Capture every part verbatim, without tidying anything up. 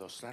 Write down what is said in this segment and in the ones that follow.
dostlar.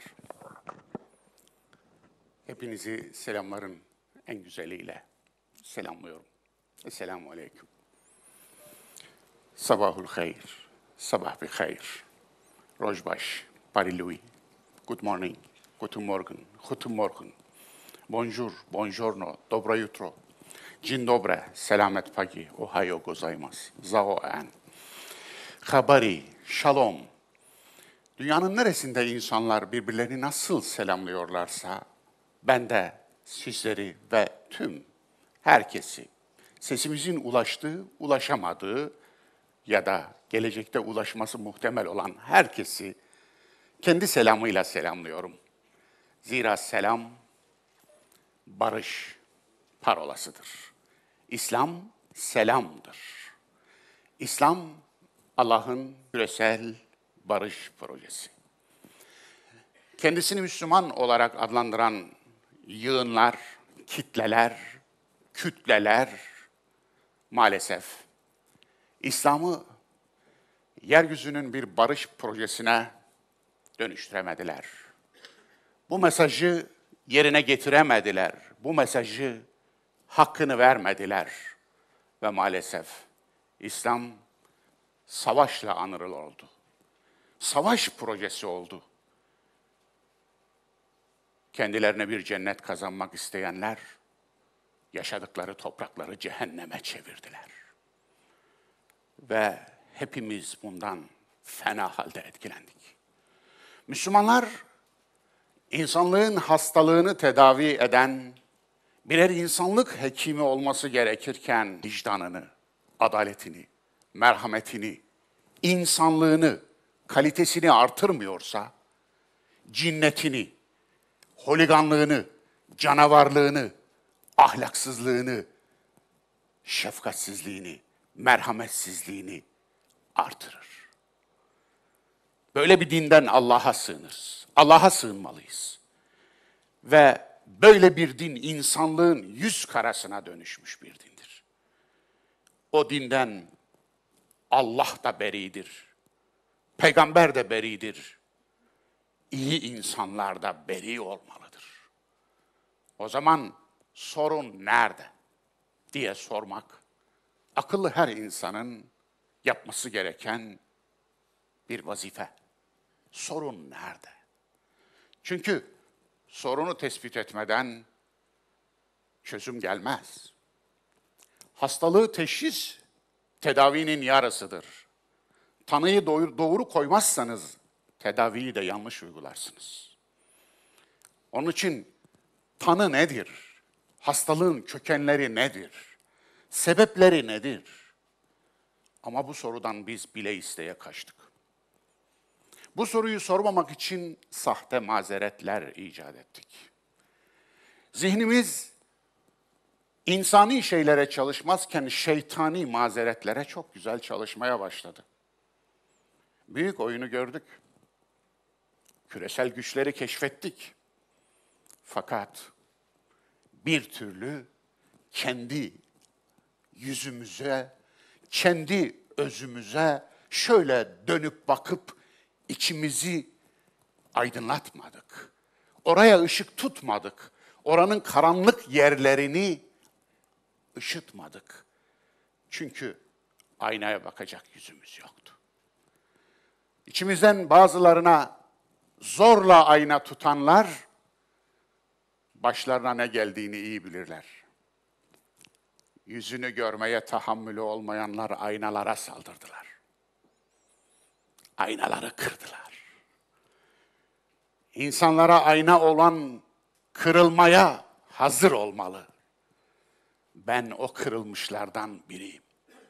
Hepinizi selamların en güzeliyle selamlıyorum. Esselamu aleyküm. Sabahul hayr, sabah bir hayr. Rojbaş, parilui. Good morning, guten morgen, guten morgen. Bonjour, buongiorno, dobro jutro. Dzień dobre, selamet pagi, ohayo gozaimasu. Zao en. Habari, shalom. Dünyanın neresinde insanlar birbirlerini nasıl selamlıyorlarsa, ben de sizleri ve tüm herkesi, sesimizin ulaştığı, ulaşamadığı ya da gelecekte ulaşması muhtemel olan herkesi kendi selamıyla selamlıyorum. Zira selam, barış parolasıdır. İslam, selamdır. İslam, Allah'ın küresel barış projesi. Kendisini Müslüman olarak adlandıran yığınlar, kitleler, kütleler maalesef İslam'ı yeryüzünün bir barış projesine dönüştüremediler. Bu mesajı yerine getiremediler. Bu mesajı hakkını vermediler. Ve maalesef İslam savaşla anılıyordu. Savaş projesi oldu. Kendilerine bir cennet kazanmak isteyenler, yaşadıkları toprakları cehenneme çevirdiler. Ve hepimiz bundan fena halde etkilendik. Müslümanlar, insanlığın hastalığını tedavi eden birer insanlık hekimi olması gerekirken vicdanını, adaletini, merhametini, insanlığını, kalitesini artırmıyorsa, cinnetini, holiganlığını, canavarlığını, ahlaksızlığını, şefkatsizliğini, merhametsizliğini artırır. Böyle bir dinden Allah'a sığınırız. Allah'a sığınmalıyız. Ve böyle bir din insanlığın yüz karasına dönüşmüş bir dindir. O dinden Allah da beridir. Peygamber de beridir. İyi insanlar da beri olmalıdır. O zaman sorun nerede diye sormak, akıllı her insanın yapması gereken bir vazife. Sorun nerede? Çünkü sorunu tespit etmeden çözüm gelmez. Hastalığı teşhis, tedavinin yarısıdır. Tanıyı doğru koymazsanız, tedaviyi de yanlış uygularsınız. Onun için tanı nedir? Hastalığın kökenleri nedir? Sebepleri nedir? Ama bu sorudan biz bile isteye kaçtık. Bu soruyu sormamak için sahte mazeretler icat ettik. Zihnimiz insani şeylere çalışmazken şeytani mazeretlere çok güzel çalışmaya başladı. Büyük oyunu gördük. Küresel güçleri keşfettik. Fakat bir türlü kendi yüzümüze, kendi özümüze şöyle dönüp bakıp içimizi aydınlatmadık. Oraya ışık tutmadık. Oranın karanlık yerlerini ışıtmadık. Çünkü aynaya bakacak yüzümüz yoktu. İçimizden bazılarına zorla ayna tutanlar, başlarına ne geldiğini iyi bilirler. Yüzünü görmeye tahammülü olmayanlar aynalara saldırdılar. Aynaları kırdılar. İnsanlara ayna olan kırılmaya hazır olmalı. Ben o kırılmışlardan biriyim.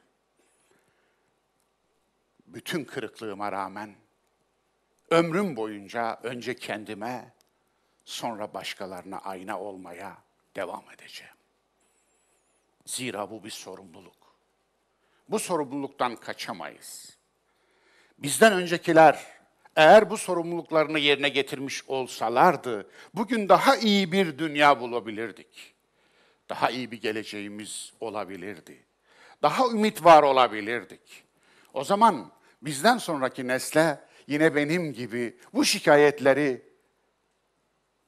Bütün kırıklığıma rağmen ömrüm boyunca önce kendime, sonra başkalarına ayna olmaya devam edeceğim. Zira bu bir sorumluluk. Bu sorumluluktan kaçamayız. Bizden öncekiler eğer bu sorumluluklarını yerine getirmiş olsalardı, bugün daha iyi bir dünya bulabilirdik. Daha iyi bir geleceğimiz olabilirdi. Daha ümit var olabilirdik. O zaman bizden sonraki nesle yine benim gibi bu şikayetleri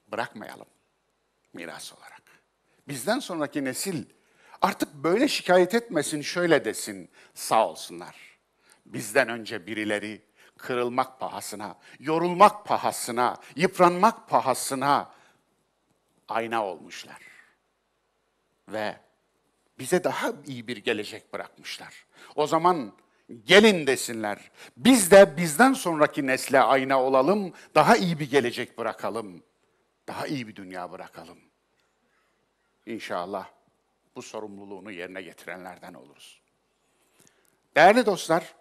bırakmayalım miras olarak. Bizden sonraki nesil artık böyle şikayet etmesin, şöyle desin, sağ olsunlar. Bizden önce birileri kırılmak pahasına, yorulmak pahasına, yıpranmak pahasına ayna olmuşlar. Ve bize daha iyi bir gelecek bırakmışlar. O zaman gelin desinler, biz de bizden sonraki nesle ayna olalım, daha iyi bir gelecek bırakalım, daha iyi bir dünya bırakalım. İnşallah bu sorumluluğunu yerine getirenlerden oluruz. Değerli dostlar,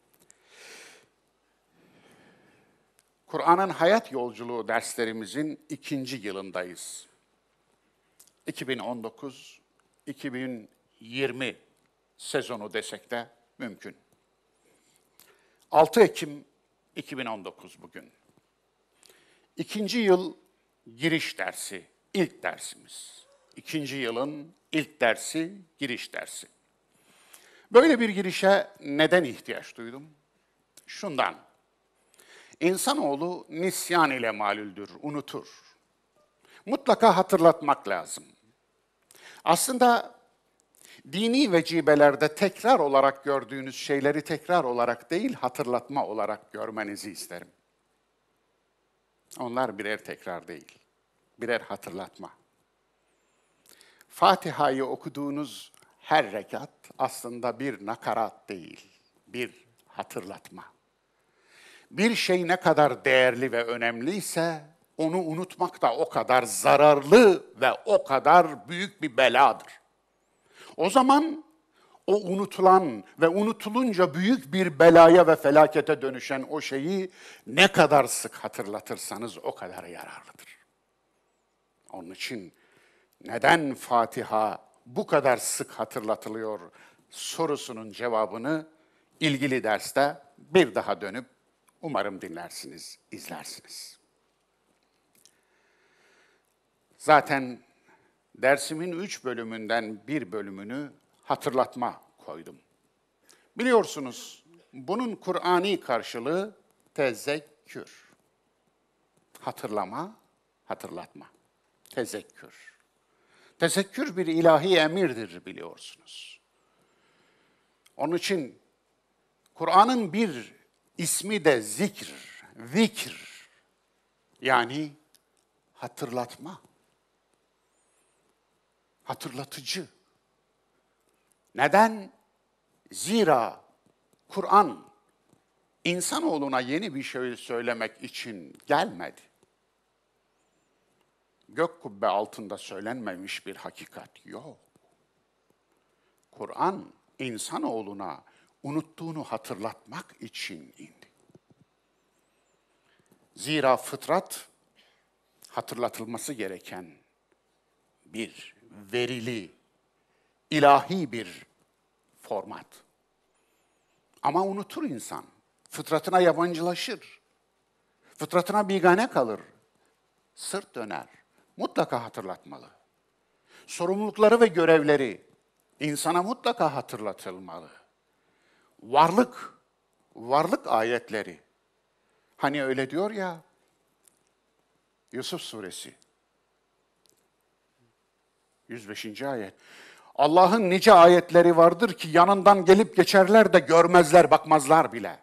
Kur'an'ın hayat yolculuğu derslerimizin ikinci yılındayız. iki bin on dokuz iki bin yirmi sezonu desek de mümkün. altı Ekim iki bin on dokuz bugün. İkinci yıl giriş dersi, ilk dersimiz. İkinci yılın ilk dersi, giriş dersi. Böyle bir girişe neden ihtiyaç duydum? Şundan. İnsanoğlu nisyan ile malüldür, unutur. Mutlaka hatırlatmak lazım. Aslında dini vecibelerde tekrar olarak gördüğünüz şeyleri tekrar olarak değil, hatırlatma olarak görmenizi isterim. Onlar birer tekrar değil, birer hatırlatma. Fatiha'yı okuduğunuz her rekat aslında bir nakarat değil, bir hatırlatma. Bir şey ne kadar değerli ve önemliyse, onu unutmak da o kadar zararlı ve o kadar büyük bir beladır. O zaman o unutulan ve unutulunca büyük bir belaya ve felakete dönüşen o şeyi ne kadar sık hatırlatırsanız o kadar yararlıdır. Onun için neden Fatiha bu kadar sık hatırlatılıyor sorusunun cevabını ilgili derste bir daha dönüp umarım dinlersiniz, izlersiniz. Zaten dersimin üç bölümünden bir bölümünü hatırlatma koydum. Biliyorsunuz bunun Kur'ani karşılığı tezekkür. Hatırlama, hatırlatma. Tezekkür. Tezekkür bir ilahi emirdir biliyorsunuz. Onun için Kur'an'ın bir ismi de zikr, zikr. Yani hatırlatma. Hatırlatıcı. Neden? Zira Kur'an insanoğluna yeni bir şey söylemek için gelmedi. Gök kubbe altında söylenmemiş bir hakikat yok. Kur'an insanoğluna unuttuğunu hatırlatmak için indi. Zira fıtrat hatırlatılması gereken bir verili, ilahi bir format. Ama unutur insan. Fıtratına yabancılaşır. Fıtratına bigane kalır. Sırt döner. Mutlaka hatırlatmalı. Sorumlulukları ve görevleri insana mutlaka hatırlatılmalı. Varlık, varlık ayetleri. Hani öyle diyor ya, Yusuf Suresi, yüz beşinci ayet. Allah'ın nice ayetleri vardır ki yanından gelip geçerler de görmezler, bakmazlar bile.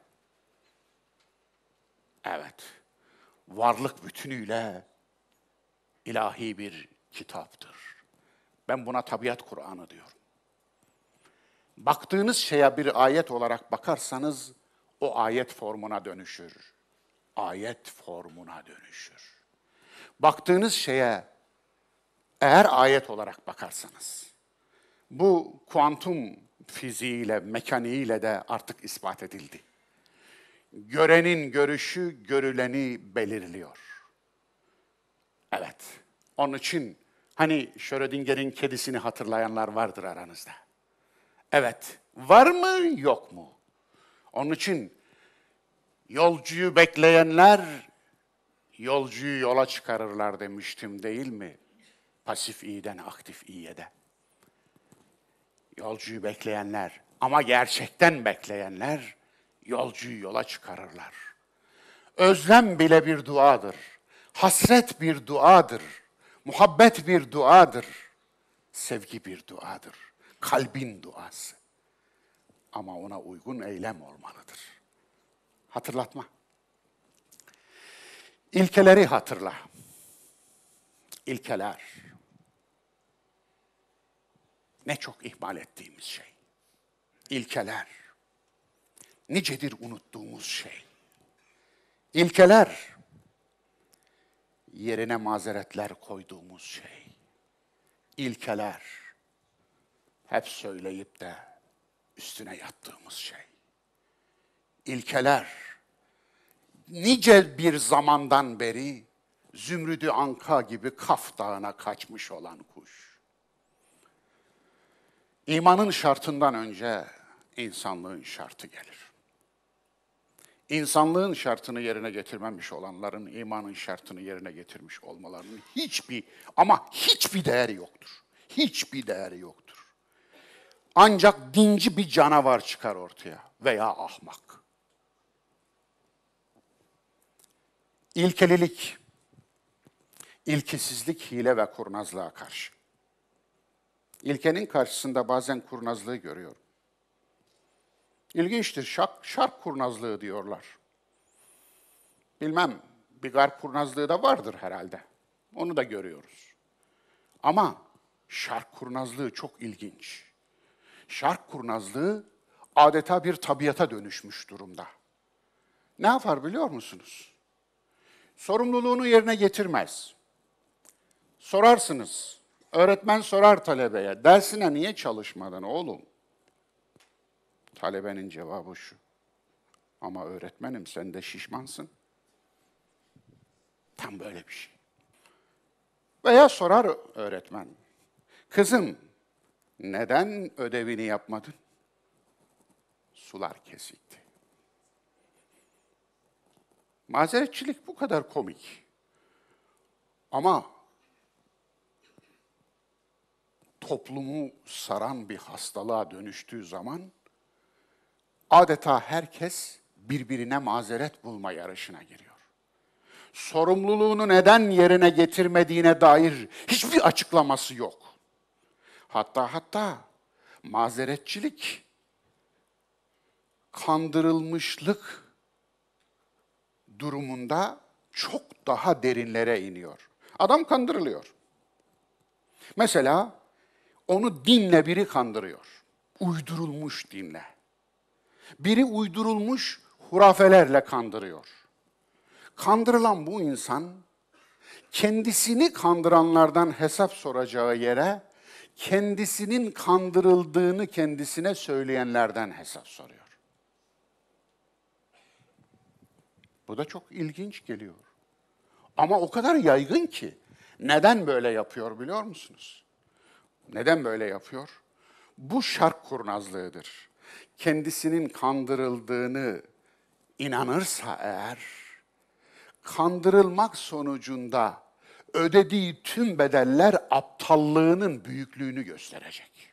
Evet, varlık bütünüyle ilahi bir kitaptır. Ben buna tabiat Kur'an'ı diyorum. Baktığınız şeye bir ayet olarak bakarsanız o ayet formuna dönüşür. Ayet formuna dönüşür. Baktığınız şeye eğer ayet olarak bakarsanız, bu kuantum fiziğiyle, mekaniğiyle de artık ispat edildi. Görenin görüşü, görüleni belirliyor. Evet, onun için hani Schrödinger'in kedisini hatırlayanlar vardır aranızda. Evet, var mı, yok mu? Onun için yolcuyu bekleyenler, yolcuyu yola çıkarırlar demiştim değil mi? Pasif iyiden aktif iyiye de. Yolcuyu bekleyenler ama gerçekten bekleyenler yolcuyu yola çıkarırlar. Özlem bile bir duadır. Hasret bir duadır. Muhabbet bir duadır. Sevgi bir duadır. Kalbin duası. Ama ona uygun eylem olmalıdır. Hatırlatma. İlkeleri hatırla. İlkeler. Ne çok ihmal ettiğimiz şey. İlkeler. Nicedir unuttuğumuz şey. İlkeler. Yerine mazeretler koyduğumuz şey. İlkeler. Hep söyleyip de üstüne yattığımız şey. İlkeler. Nice bir zamandan beri Zümrüdü Anka gibi Kaf Dağı'na kaçmış olan kuş. İmanın şartından önce insanlığın şartı gelir. İnsanlığın şartını yerine getirmemiş olanların imanın şartını yerine getirmiş olmalarının hiçbir ama hiçbir değeri yoktur. Hiçbir değeri yoktur. Ancak dinci bir canavar çıkar ortaya veya ahmak. İlkelilik, ilkesizlik, hile ve kurnazlığa karşı. İlkenin karşısında bazen kurnazlığı görüyorum. İlginçtir, şark, şark kurnazlığı diyorlar. Bilmem, bir garp kurnazlığı da vardır herhalde. Onu da görüyoruz. Ama şark kurnazlığı çok ilginç. Şark kurnazlığı adeta bir tabiata dönüşmüş durumda. Ne yapar biliyor musunuz? Sorumluluğunu yerine getirmez. Sorarsınız, öğretmen sorar talebeye, dersine niye çalışmadın oğlum? Talebenin cevabı şu, ama öğretmenim sen de şişmansın. Tam böyle bir şey. Veya sorar öğretmen, kızım neden ödevini yapmadın? Sular kesikti. Mazeretçilik bu kadar komik. Ama toplumu saran bir hastalığa dönüştüğü zaman adeta herkes birbirine mazeret bulma yarışına giriyor. Sorumluluğunu neden yerine getirmediğine dair hiçbir açıklaması yok. Hatta hatta mazeretçilik, kandırılmışlık durumunda çok daha derinlere iniyor. Adam kandırılıyor. Mesela onu dinle biri kandırıyor. Uydurulmuş dinle. Biri uydurulmuş hurafelerle kandırıyor. Kandırılan bu insan kendisini kandıranlardan hesap soracağı yere kendisinin kandırıldığını kendisine söyleyenlerden hesap soruyor. Bu da çok ilginç geliyor. Ama o kadar yaygın ki neden böyle yapıyor biliyor musunuz? Neden böyle yapıyor? Bu şark kurnazlığıdır. Kendisinin kandırıldığını inanırsa eğer, kandırılmak sonucunda ödediği tüm bedeller aptallığının büyüklüğünü gösterecek.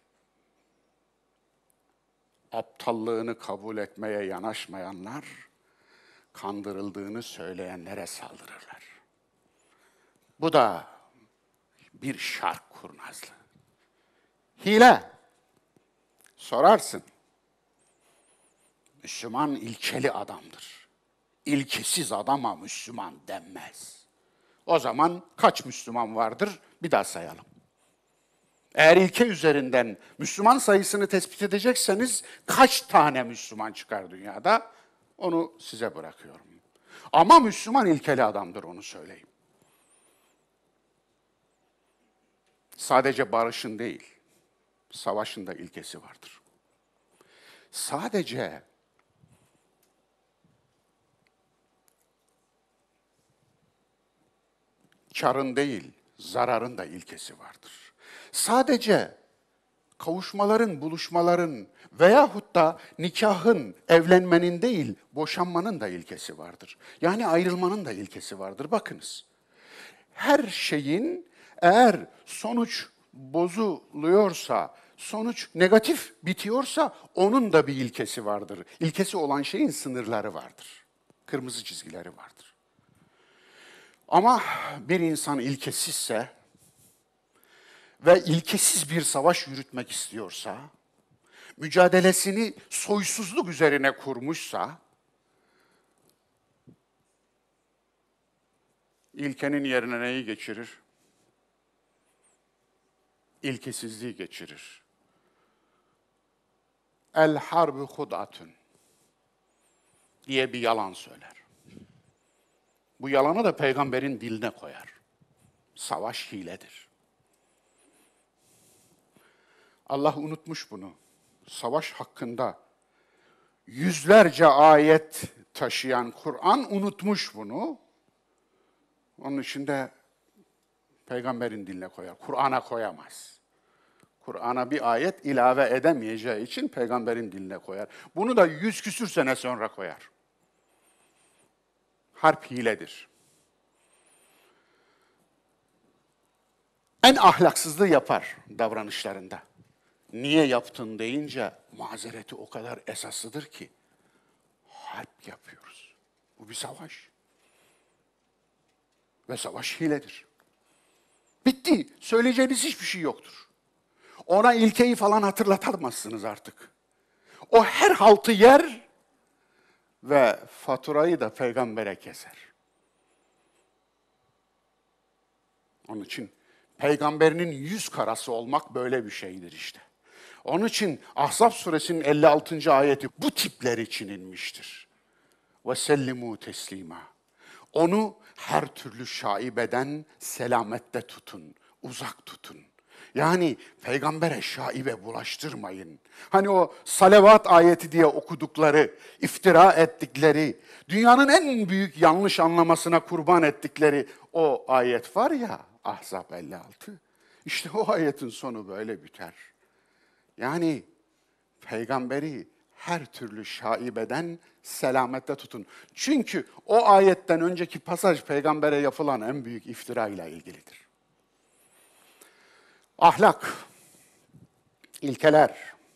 Aptallığını kabul etmeye yanaşmayanlar, kandırıldığını söyleyenlere saldırırlar. Bu da bir şark kurnazlığı. Hile. Sorarsın. Müslüman ilkeli adamdır. İlkesiz adama Müslüman denmez. O zaman kaç Müslüman vardır? Bir daha sayalım. Eğer ilke üzerinden Müslüman sayısını tespit edecekseniz kaç tane Müslüman çıkar dünyada? Onu size bırakıyorum. Ama Müslüman ilkeli adamdır, onu söyleyeyim. Sadece barışın değil, savaşın da ilkesi vardır. Sadece karın değil, zararın da ilkesi vardır. Sadece kavuşmaların, buluşmaların veyahut da nikahın, evlenmenin değil, boşanmanın da ilkesi vardır. Yani ayrılmanın da ilkesi vardır. Bakınız, her şeyin eğer sonuç bozuluyorsa, sonuç negatif bitiyorsa onun da bir ilkesi vardır. İlkesi olan şeyin sınırları vardır. Kırmızı çizgileri vardır. Ama bir insan ilkesizse ve ilkesiz bir savaş yürütmek istiyorsa, mücadelesini soysuzluk üzerine kurmuşsa, ilkenin yerine neyi geçirir? İlkesizliği geçirir. El harbu hud'atun diye bir yalan söyler. Bu yalanı da peygamberin diline koyar. Savaş hiledir. Allah unutmuş bunu. Savaş hakkında yüzlerce ayet taşıyan Kur'an unutmuş bunu. Onun için de peygamberin diline koyar. Kur'an'a koyamaz. Kur'an'a bir ayet ilave edemeyeceği için peygamberin diline koyar. Bunu da yüz küsür sene sonra koyar. Harp hiledir. En ahlaksızlığı yapar davranışlarında. Niye yaptın deyince mazereti o kadar esaslıdır ki harp yapıyoruz. Bu bir savaş. Ve savaş hiledir. Bitti. Söyleyeceğiniz hiçbir şey yoktur. Ona ilkeyi falan hatırlatamazsınız artık. O her haltı yer ve faturayı da peygambere keser. Onun için peygamberinin yüz karası olmak böyle bir şeydir işte. Onun için Ahzab suresinin elli altıncı ayeti bu tipler için inmiştir. وَسَلِّمُوا teslima. Onu her türlü şaibeden selamette tutun, uzak tutun. Yani peygambere şaibe bulaştırmayın. Hani o salavat ayeti diye okudukları, iftira ettikleri, dünyanın en büyük yanlış anlamasına kurban ettikleri o ayet var ya, Ahzab elli altı. İşte o ayetin sonu böyle biter. Yani peygamberi her türlü şaibeden selamette tutun. Çünkü o ayetten önceki pasaj peygambere yapılan en büyük iftira ile ilgilidir. Ahlak, ilkeler,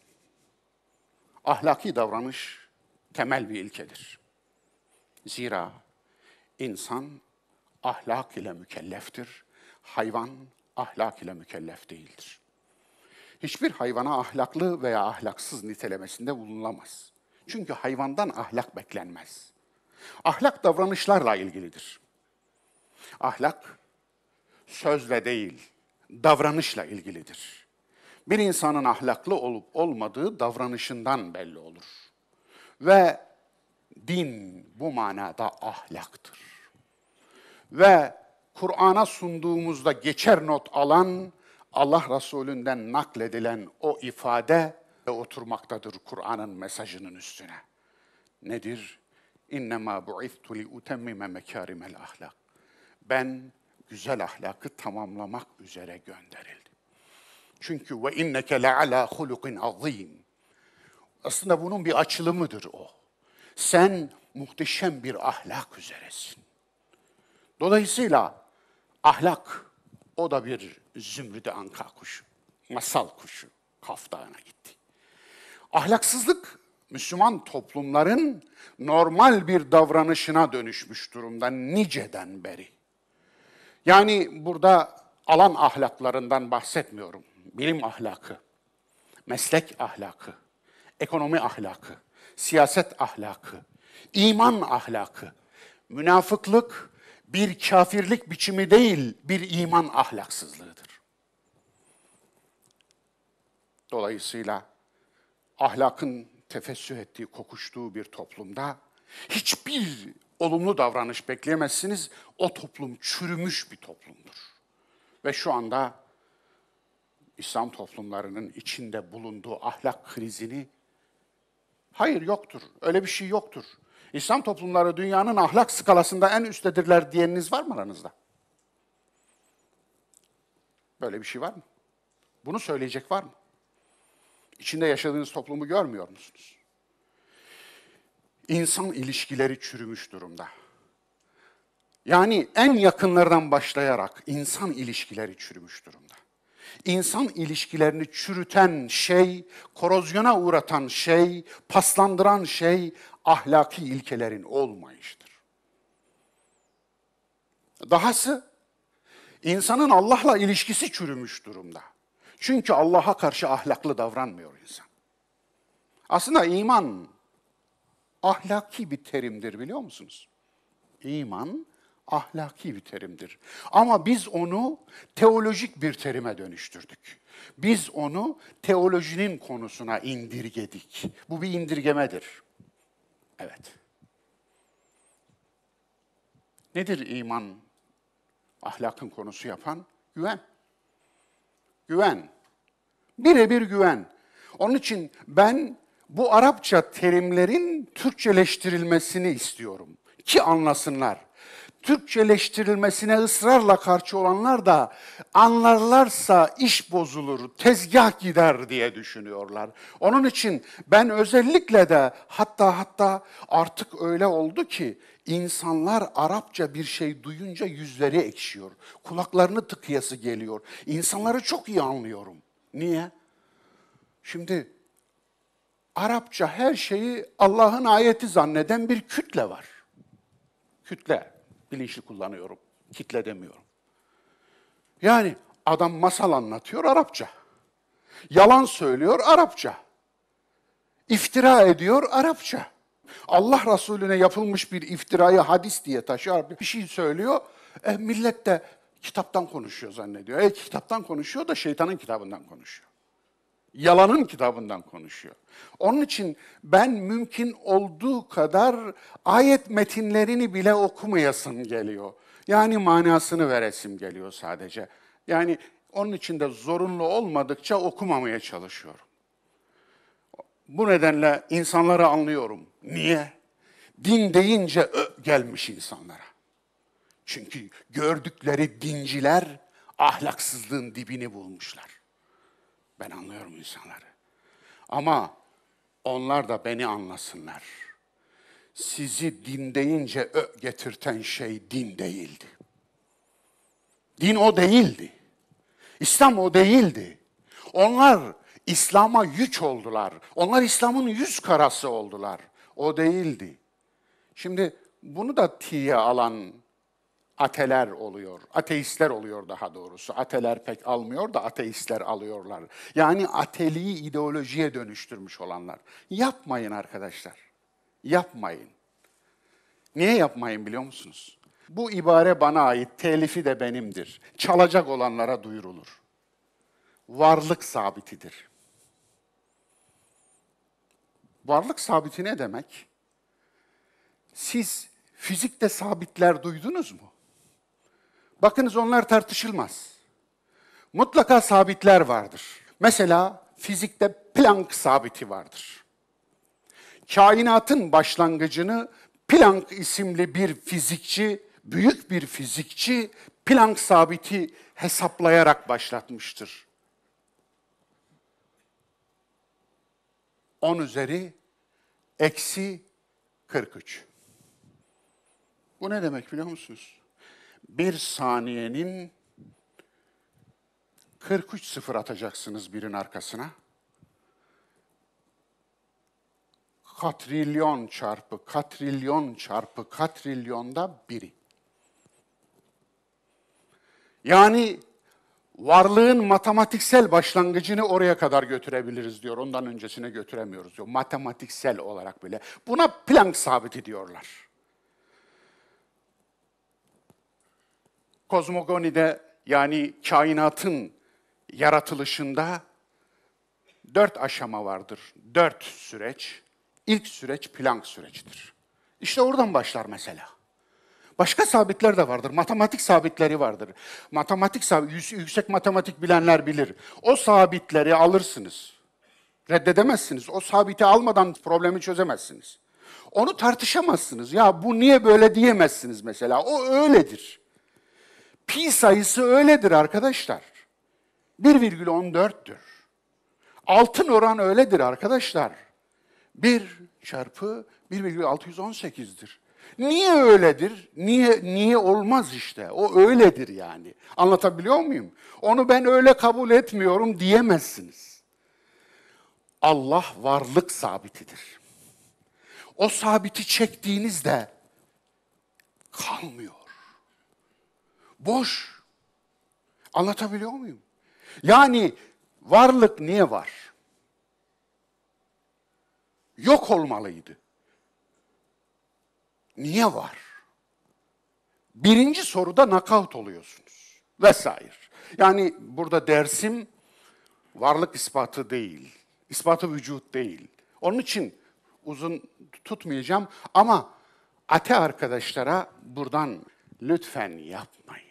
ahlaki davranış temel bir ilkedir. Zira insan ahlak ile mükelleftir, hayvan ahlak ile mükellef değildir. Hiçbir hayvana ahlaklı veya ahlaksız nitelemesinde bulunulamaz. Çünkü hayvandan ahlak beklenmez. Ahlak davranışlarla ilgilidir. Ahlak sözle değil, davranışla ilgilidir. Bir insanın ahlaklı olup olmadığı davranışından belli olur. Ve din bu manada ahlaktır. Ve Kur'an'a sunduğumuzda geçer not alan, Allah Resulü'nden nakledilen o ifade oturmaktadır Kur'an'ın mesajının üstüne. Nedir? İnnemâ bu'ithtu li utemmime mekârimel ahlak. Ben güzel ahlakı tamamlamak üzere gönderildim. Çünkü ve inneke le'alâ hulukin azîm. Aslında bunun bir açılımıdır o. Sen muhteşem bir ahlak üzeresin. Dolayısıyla ahlak, o da bir zümrüt-i anka kuşu, masal kuşu, Kaf Dağı'na gitti. Ahlaksızlık, Müslüman toplumların normal bir davranışına dönüşmüş durumda niceden beri. Yani burada alan ahlaklarından bahsetmiyorum. Bilim ahlakı, meslek ahlakı, ekonomi ahlakı, siyaset ahlakı, iman ahlakı, münafıklık bir kafirlik biçimi değil, bir iman ahlaksızlığıdır. Dolayısıyla ahlakın tefessüh ettiği, kokuştuğu bir toplumda hiçbir olumlu davranış bekleyemezsiniz. O toplum çürümüş bir toplumdur. Ve şu anda İslam toplumlarının içinde bulunduğu ahlak krizini, hayır yoktur, öyle bir şey yoktur. İslam toplumları dünyanın ahlak skalasında en üsttedirler diyeniniz var mı aranızda? Böyle bir şey var mı? Bunu söyleyecek var mı? İçinde yaşadığınız toplumu görmüyor musunuz? İnsan ilişkileri çürümüş durumda. Yani en yakınlardan başlayarak insan ilişkileri çürümüş durumda. İnsan ilişkilerini çürüten şey, korozyona uğratan şey, paslandıran şey ahlaki ilkelerin olmayışıdır. Dahası insanın Allah'la ilişkisi çürümüş durumda. Çünkü Allah'a karşı ahlaklı davranmıyor insan. Aslında iman ahlaki bir terimdir, biliyor musunuz? İman ahlaki bir terimdir. Ama biz onu teolojik bir terime dönüştürdük. Biz onu teolojinin konusuna indirgedik. Bu bir indirgemedir. Evet. Nedir iman ahlakın konusu yapan? Güven. Güven. Birebir güven. Onun için ben bu Arapça terimlerin Türkçeleştirilmesini istiyorum ki anlasınlar. Türkçeleştirilmesine ısrarla karşı olanlar da anlarlarsa iş bozulur, tezgah gider diye düşünüyorlar. Onun için ben özellikle de hatta hatta artık öyle oldu ki insanlar Arapça bir şey duyunca yüzleri ekşiyor. Kulaklarını tıkayası geliyor. İnsanları çok iyi anlıyorum. Niye? Şimdi Arapça her şeyi Allah'ın ayeti zanneden bir kütle var. Kütle. Bilinçli kullanıyorum. Kitle demiyorum. Yani adam masal anlatıyor Arapça. Yalan söylüyor Arapça. İftira ediyor Arapça. Allah Resulüne yapılmış bir iftirayı hadis diye taşıyor. Bir şey söylüyor. E, millet de kitaptan konuşuyor zannediyor. E, kitaptan konuşuyor da şeytanın kitabından konuşuyor. Yalanın kitabından konuşuyor. Onun için ben mümkün olduğu kadar ayet metinlerini bile okumayasım geliyor. Yani manasını veresim geliyor sadece. Yani onun için de zorunlu olmadıkça okumamaya çalışıyorum. Bu nedenle insanları anlıyorum. Niye? Din deyince ö gelmiş insanlara. Çünkü gördükleri dinciler ahlaksızlığın dibini bulmuşlar. Ben anlıyorum insanları. Ama onlar da beni anlasınlar. Sizi din deyince ö getirten şey din değildi. Din o değildi. İslam o değildi. Onlar İslam'a yük oldular. Onlar İslam'ın yüz karası oldular. O değildi. Şimdi bunu da tiye alan ateler oluyor, ateistler oluyor daha doğrusu. Ateler pek almıyor da ateistler alıyorlar. Yani ateliği ideolojiye dönüştürmüş olanlar. Yapmayın arkadaşlar, yapmayın. Niye yapmayın biliyor musunuz? Bu ibare bana ait, telifi de benimdir. Çalacak olanlara duyurulur. Varlık sabitidir. Varlık sabiti ne demek? Siz fizikte sabitler duydunuz mu? Bakınız onlar tartışılmaz. Mutlaka sabitler vardır. Mesela fizikte Planck sabiti vardır. Kainatın başlangıcını Planck isimli bir fizikçi, büyük bir fizikçi Planck sabiti hesaplayarak başlatmıştır. on üzeri eksi kırk üç. Bu ne demek biliyor musunuz? Bir saniyenin kırk üç sıfır atacaksınız birin arkasına. Katrilyon çarpı katrilyon çarpı katrilyonda biri. Yani varlığın matematiksel başlangıcını oraya kadar götürebiliriz diyor. Ondan öncesine götüremiyoruz diyor. Matematiksel olarak bile. Buna Planck sabiti diyorlar. Kozmogonide yani kainatın yaratılışında dört aşama vardır. Dört süreç. İlk süreç Planck sürecidir. İşte oradan başlar mesela. Başka sabitler de vardır. Matematik sabitleri vardır. Matematik sabit, yüksek matematik bilenler bilir. O sabitleri alırsınız. Reddedemezsiniz. O sabiti almadan problemi çözemezsiniz. Onu tartışamazsınız. Ya bu niye böyle diyemezsiniz mesela. O öyledir. Pi sayısı öyledir arkadaşlar. bir virgül on dörttür. Altın oran öyledir arkadaşlar. bir çarpı bir virgül altı yüz on sekiz'dir. Niye öyledir? Niye niye olmaz işte? O öyledir yani. Anlatabiliyor muyum? Onu ben öyle kabul etmiyorum diyemezsiniz. Allah varlık sabitidir. O sabiti çektiğinizde kalmıyor. Boş. Anlatabiliyor muyum? Yani varlık niye var? Yok olmalıydı. Niye var? Birinci soruda knockout oluyorsunuz. Vesaire. Yani burada dersim varlık ispatı değil. İspatı vücut değil. Onun için uzun tutmayacağım ama ate arkadaşlara buradan lütfen yapmayın.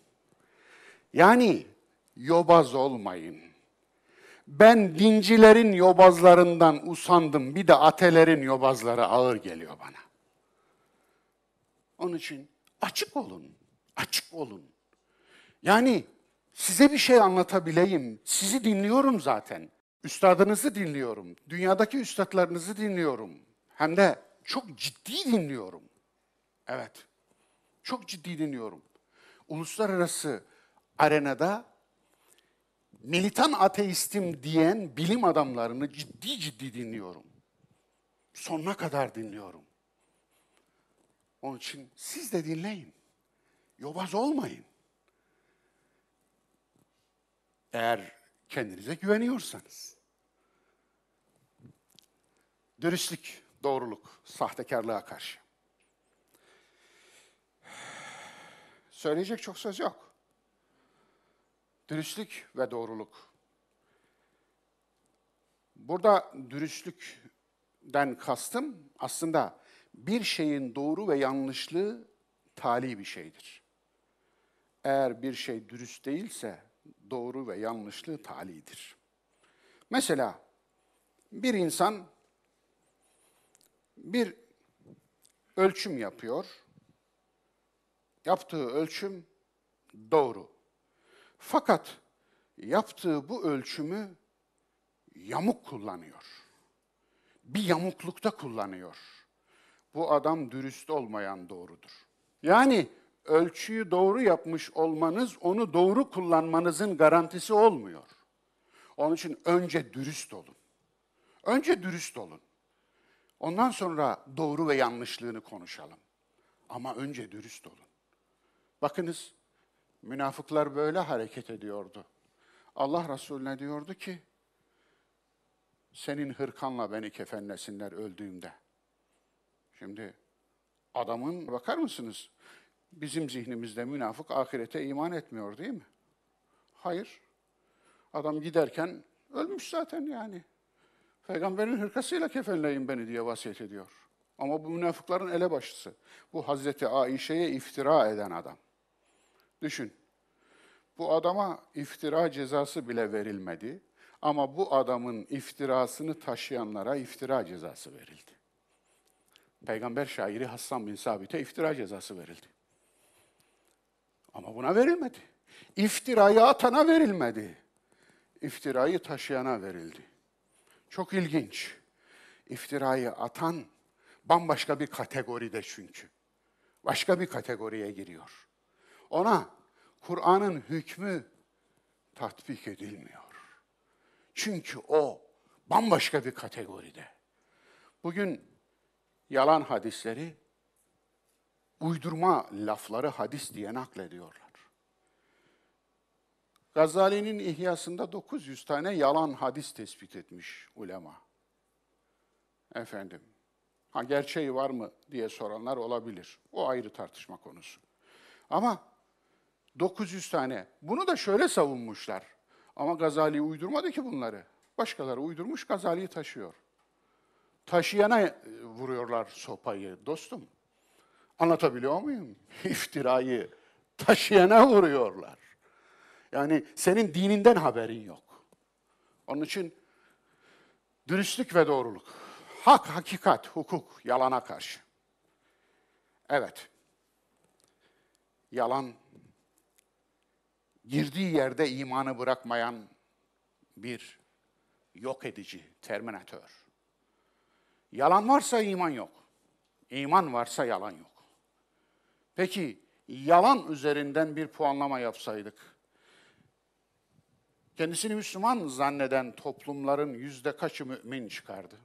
Yani yobaz olmayın. Ben dincilerin yobazlarından usandım. Bir de atelerin yobazları ağır geliyor bana. Onun için açık olun. Açık olun. Yani size bir şey anlatabileyim. Sizi dinliyorum zaten. Üstadınızı dinliyorum. Dünyadaki üstadlarınızı dinliyorum. Hem de çok ciddi dinliyorum. Evet. Çok ciddi dinliyorum. Uluslararası arenada militan ateistim diyen bilim adamlarını ciddi ciddi dinliyorum. Sonuna kadar dinliyorum. Onun için siz de dinleyin. Yobaz olmayın. Eğer kendinize güveniyorsanız. Dürüstlük, doğruluk, sahtekarlığa karşı. Söyleyecek çok söz yok. Dürüstlük ve doğruluk. Burada dürüstlükten kastım aslında bir şeyin doğru ve yanlışlığı tali bir şeydir. Eğer bir şey dürüst değilse doğru ve yanlışlığı talidir. Mesela bir insan bir ölçüm yapıyor. Yaptığı ölçüm doğru. Fakat yaptığı bu ölçümü yamuk kullanıyor. Bir yamuklukta kullanıyor. Bu adam dürüst olmayan doğrudur. Yani ölçüyü doğru yapmış olmanız onu doğru kullanmanızın garantisi olmuyor. Onun için önce dürüst olun. Önce dürüst olun. Ondan sonra doğru ve yanlışlığını konuşalım. Ama önce dürüst olun. Bakınız, münafıklar böyle hareket ediyordu. Allah Resulüne diyordu ki, senin hırkanla beni kefenlesinler öldüğümde. Şimdi adamın, bakar mısınız? Bizim zihnimizde münafık ahirete iman etmiyor değil mi? Hayır. Adam giderken ölmüş zaten yani. Peygamberin hırkasıyla kefenleyin beni diye vasiyet ediyor. Ama bu münafıkların elebaşısı. Bu Hazreti Aişe'ye iftira eden adam. Düşün. Bu adama iftira cezası bile verilmedi. Ama bu adamın iftirasını taşıyanlara iftira cezası verildi. Peygamber şairi Hassan bin Sabit'e iftira cezası verildi. Ama buna verilmedi. İftirayı atana verilmedi. İftirayı taşıyana verildi. Çok ilginç. İftirayı atan bambaşka bir kategoride çünkü. Başka bir kategoriye giriyor. Ona Kur'an'ın hükmü tatbik edilmiyor. Çünkü o bambaşka bir kategoride. Bugün yalan hadisleri, uydurma lafları hadis diye naklediyorlar. Gazali'nin İhyası'nda dokuz yüz tane yalan hadis tespit etmiş ulema. Efendim, ha gerçeği var mı diye soranlar olabilir. O ayrı tartışma konusu. Ama dokuz yüz tane, bunu da şöyle savunmuşlar. Ama Gazali uydurmadı ki bunları. Başkaları uydurmuş, Gazali'yi taşıyor. Taşıyana vuruyorlar sopayı dostum. Anlatabiliyor muyum? İftirayı taşıyana vuruyorlar. Yani senin dininden haberin yok. Onun için dürüstlük ve doğruluk. Hak, hakikat, hukuk, yalana karşı. Evet. Yalan, girdiği yerde imanı bırakmayan bir yok edici, terminatör. Yalan varsa iman yok. İman varsa yalan yok. Peki, yalan üzerinden bir puanlama yapsaydık, kendisini Müslüman zanneden toplumların yüzde kaçı mümin çıkardı?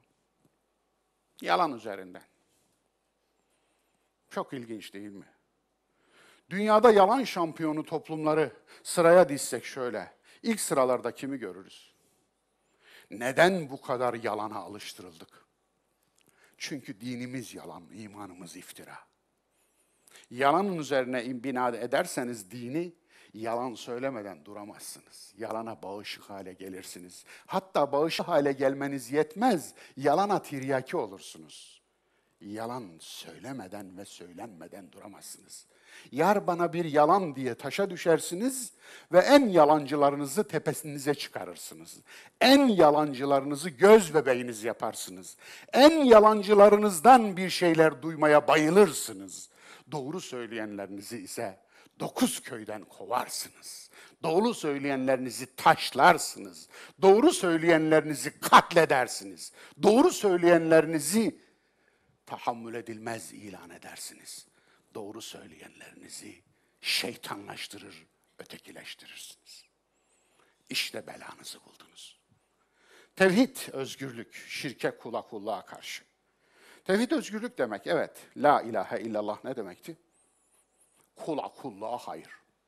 Yalan üzerinden. Çok ilginç değil mi? Dünyada yalan şampiyonu toplumları sıraya dizsek şöyle, ilk sıralarda kimi görürüz? Neden bu kadar yalana alıştırıldık? Çünkü dinimiz yalan, imanımız iftira. Yalanın üzerine bina ederseniz dini, yalan söylemeden duramazsınız. Yalana bağışık hale gelirsiniz. Hatta bağışık hale gelmeniz yetmez, yalana tiryaki olursunuz. Yalan söylemeden ve söylenmeden duramazsınız. Yar bana bir yalan diye taşa düşersiniz ve en yalancılarınızı tepesinize çıkarırsınız. En yalancılarınızı göz bebeğiniz yaparsınız. En yalancılarınızdan bir şeyler duymaya bayılırsınız. Doğru söyleyenlerinizi ise dokuz köyden kovarsınız. Doğru söyleyenlerinizi taşlarsınız. Doğru söyleyenlerinizi katledersiniz. Doğru söyleyenlerinizi tahammül edilmez ilan edersiniz. Doğru söyleyenlerinizi şeytanlaştırır, ötekileştirirsiniz. İşte belanızı buldunuz. Tevhid, özgürlük, şirke, kula, kulluğa karşı. Tevhid özgürlük demek, evet. La ilahe illallah ne demekti? Kula, kulluğa hayır.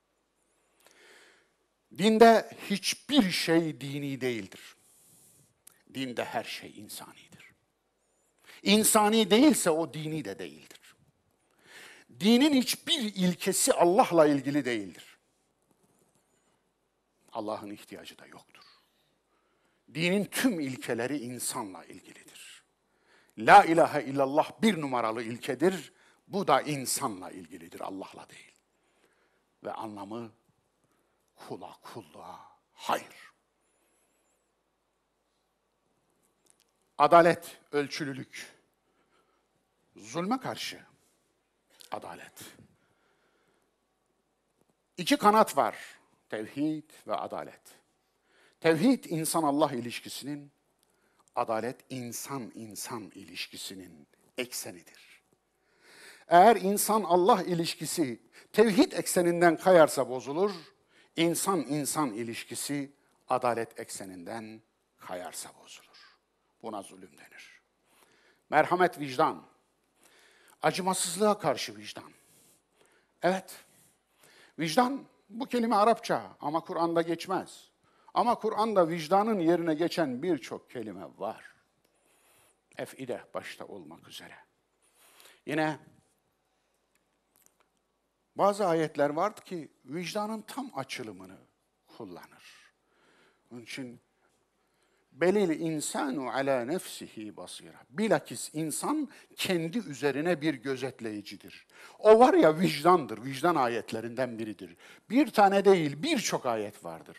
Dinde hiçbir şey dini değildir. Dinde her şey insanidir. İnsani değilse o dini de değildir. Dinin hiçbir ilkesi Allah'la ilgili değildir. Allah'ın ihtiyacı da yoktur. Dinin tüm ilkeleri insanla ilgilidir. La ilahe illallah bir numaralı ilkedir. Bu da insanla ilgilidir, Allah'la değil. Ve anlamı kula, kulluğa hayır. Adalet, ölçülülük. Zulme karşı adalet. İki kanat var. Tevhid ve adalet. Tevhid insan-Allah ilişkisinin, adalet insan-insan ilişkisinin eksenidir. Eğer insan-Allah ilişkisi tevhid ekseninden kayarsa bozulur, insan-insan ilişkisi adalet ekseninden kayarsa bozulur. Buna zulüm denir. Merhamet, vicdan. Acımasızlığa karşı vicdan. Evet, vicdan bu kelime Arapça ama Kur'an'da geçmez. Ama Kur'an'da vicdanın yerine geçen birçok kelime var. Ef'ide başta olmak üzere. Yine bazı ayetler vardı ki vicdanın tam açılımını kullanır. Onun için belil insanu ala nefsihi basira. Bilakis insan kendi üzerine bir gözetleyicidir. O var ya vicdandır, vicdan ayetlerinden biridir. Bir tane değil, birçok ayet vardır.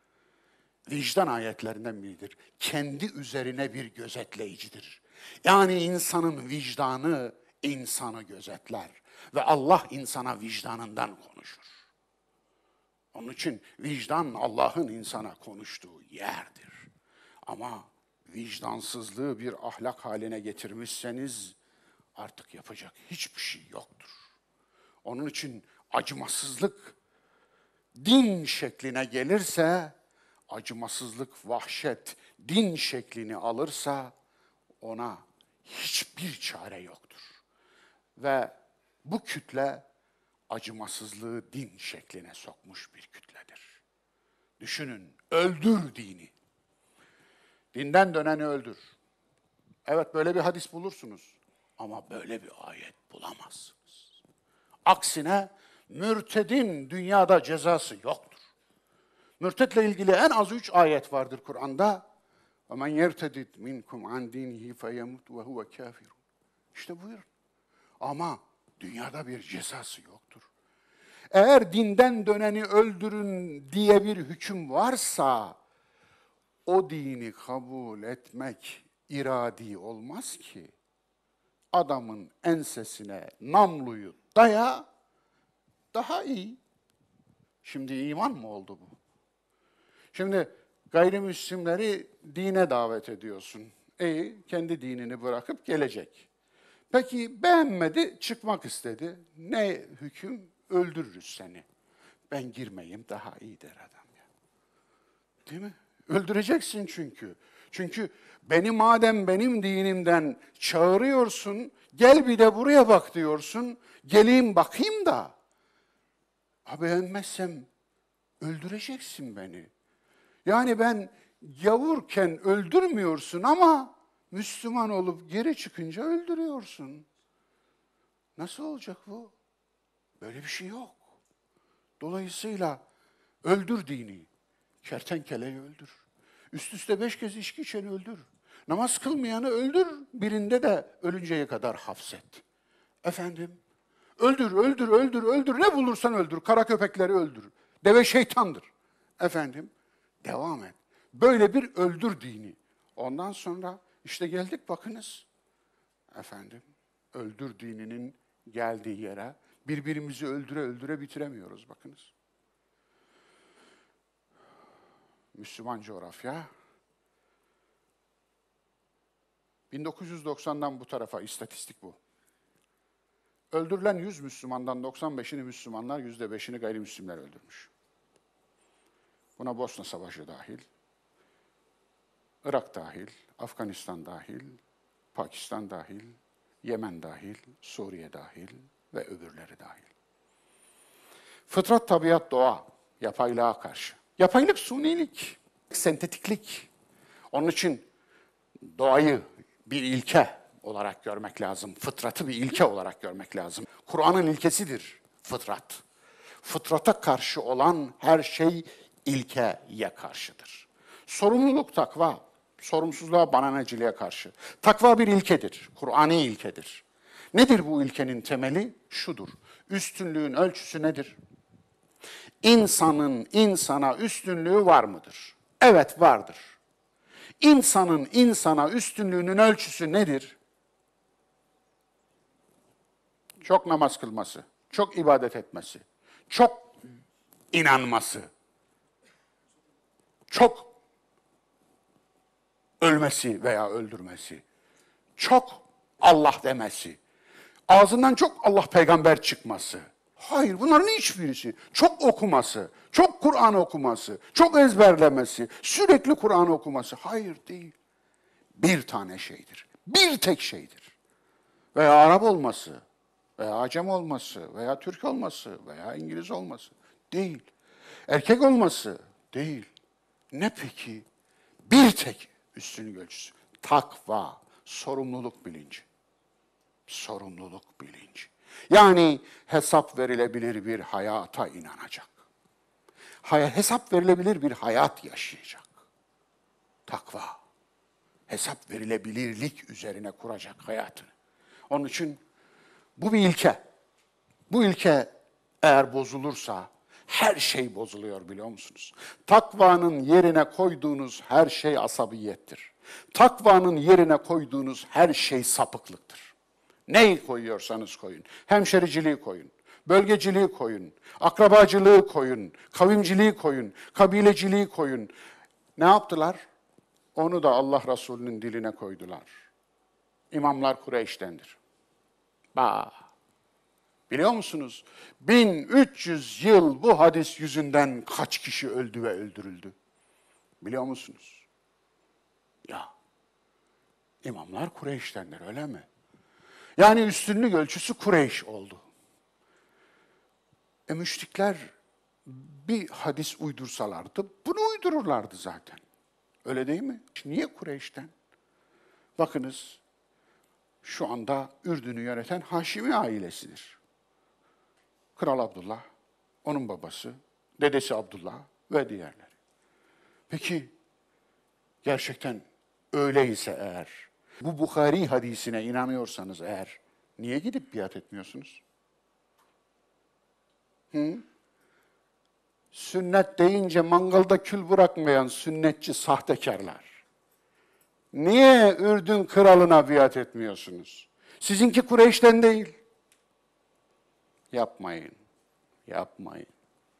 Vicdan ayetlerinden biridir. Kendi üzerine bir gözetleyicidir. Yani insanın vicdanı insanı gözetler. Ve Allah insana vicdanından konuşur. Onun için vicdan Allah'ın insana konuştuğu yerdir. Ama vicdansızlığı bir ahlak haline getirmişseniz artık yapacak hiçbir şey yoktur. Onun için acımasızlık din şekline gelirse, acımasızlık, vahşet din şeklini alırsa ona hiçbir çare yoktur. Ve bu kütle acımasızlığı din şekline sokmuş bir kütledir. Düşünün, öldür dini. Dinden döneni öldür. Evet, böyle bir hadis bulursunuz. Ama böyle bir ayet bulamazsınız. Aksine mürtedin dünyada cezası yoktur. Mürtetle ilgili en az üç ayet vardır Kur'an'da. وَمَنْ يَرْتَدِدْ مِنْكُمْ عَنْ دِينِهِ فَيَمُتْ وَهُوَ كَافِرٌ. İşte buyurun. Ama dünyada bir cezası yoktur. Eğer dinden döneni öldürün diye bir hüküm varsa, o dini kabul etmek iradi olmaz ki. Adamın ensesine namluyu daya, daha iyi. Şimdi iman mı oldu bu? Şimdi gayrimüslimleri dine davet ediyorsun. İyi, kendi dinini bırakıp gelecek. Peki beğenmedi, çıkmak istedi. Ne hüküm? Öldürürüz seni. Ben girmeyeyim, daha iyi der adam ya. Değil mi? Öldüreceksin çünkü. Çünkü beni madem benim dinimden çağırıyorsun, gel bir de buraya bak diyorsun. Geleyim bakayım da Ha beğenmezsem öldüreceksin beni. Yani ben yavurken öldürmüyorsun ama Müslüman olup geri çıkınca öldürüyorsun. Nasıl olacak bu? Böyle bir şey yok. Dolayısıyla öldür dini. Kertenkeleyi öldür. Üst üste beş kez içki içeni öldür. Namaz kılmayanı öldür, birinde de ölünceye kadar hapset. Efendim, öldür, öldür, öldür, öldür, ne bulursan öldür. Kara köpekleri öldür. Deve şeytandır. Efendim, devam et. Böyle bir öldür dini. Ondan sonra işte geldik bakınız. Efendim, öldür dininin geldiği yere birbirimizi öldüre öldüre bitiremiyoruz bakınız. Müslüman coğrafya. bin dokuz yüz doksandan bu tarafa istatistik bu. Öldürülen yüz Müslümandan doksan beşini Müslümanlar, yüzde beşini gayrimüslimler öldürmüş. Buna Bosna Savaşı dahil, Irak dahil, Afganistan dahil, Pakistan dahil, Yemen dahil, Suriye dahil ve öbürleri dahil. Fıtrat, tabiat, doğa, yapaylığa karşı. Yapaylık, sunilik, sentetiklik. Onun için doğayı bir ilke olarak görmek lazım. Fıtratı bir ilke olarak görmek lazım. Kur'an'ın ilkesidir fıtrat. Fıtrata karşı olan her şey ilkeye karşıdır. Sorumluluk takva, sorumsuzluğa, bananeciliğe karşı. Takva bir ilkedir, Kur'ani ilkedir. Nedir bu ilkenin temeli? Şudur, üstünlüğün ölçüsü nedir? İnsanın insana üstünlüğü var mıdır? Evet, vardır. İnsanın insana üstünlüğünün ölçüsü nedir? Çok namaz kılması, çok ibadet etmesi, çok inanması, çok ölmesi veya öldürmesi, çok Allah demesi, ağzından çok Allah peygamber çıkması. Hayır, bunların hiçbirisi. Çok okuması, çok Kur'an okuması, çok ezberlemesi, sürekli Kur'an okuması. Hayır, değil. Bir tane şeydir. Bir tek şeydir. Veya Arap olması, veya Acem olması, veya Türk olması, veya İngiliz olması. Değil. Erkek olması. Değil. Ne peki? Bir tek üstünlük ölçüsü. Takva, sorumluluk bilinci. Sorumluluk bilinci. Yani hesap verilebilir bir hayata inanacak. Hesap verilebilir bir hayat yaşayacak. Takva. Hesap verilebilirlik üzerine kuracak hayatını. Onun için bu bir ilke. Bu ilke eğer bozulursa her şey bozuluyor, biliyor musunuz? Takvanın yerine koyduğunuz her şey asabiyettir. Takvanın yerine koyduğunuz her şey sapıklıktır. Neyi koyuyorsanız koyun. Hemşericiliği koyun, bölgeciliği koyun, akrabacılığı koyun, kavimciliği koyun, kabileciliği koyun. Ne yaptılar? Onu da Allah Resulü'nün diline koydular. İmamlar Kureyş'tendir. Bah! Biliyor musunuz? bin üç yüz yıl bu hadis yüzünden kaç kişi öldü ve öldürüldü? Biliyor musunuz? Ya, imamlar Kureyş'tendir, öyle mi? Yani üstünlük ölçüsü Kureyş oldu. E müşrikler bir hadis uydursalardı, bunu uydururlardı zaten. Öyle değil mi? Niye Kureyş'ten? Bakınız, şu anda Ürdün'ü yöneten Haşimi ailesidir. Kral Abdullah, onun babası, dedesi Abdullah ve diğerleri. Peki, gerçekten öyleyse eğer, bu Bukhari hadisine inanıyorsanız eğer, niye gidip biat etmiyorsunuz? Hı? Sünnet deyince mangalda kül bırakmayan sünnetçi sahtekarlar. Niye Ürdün kralına biat etmiyorsunuz? Sizinki Kureyş'ten değil. Yapmayın, yapmayın.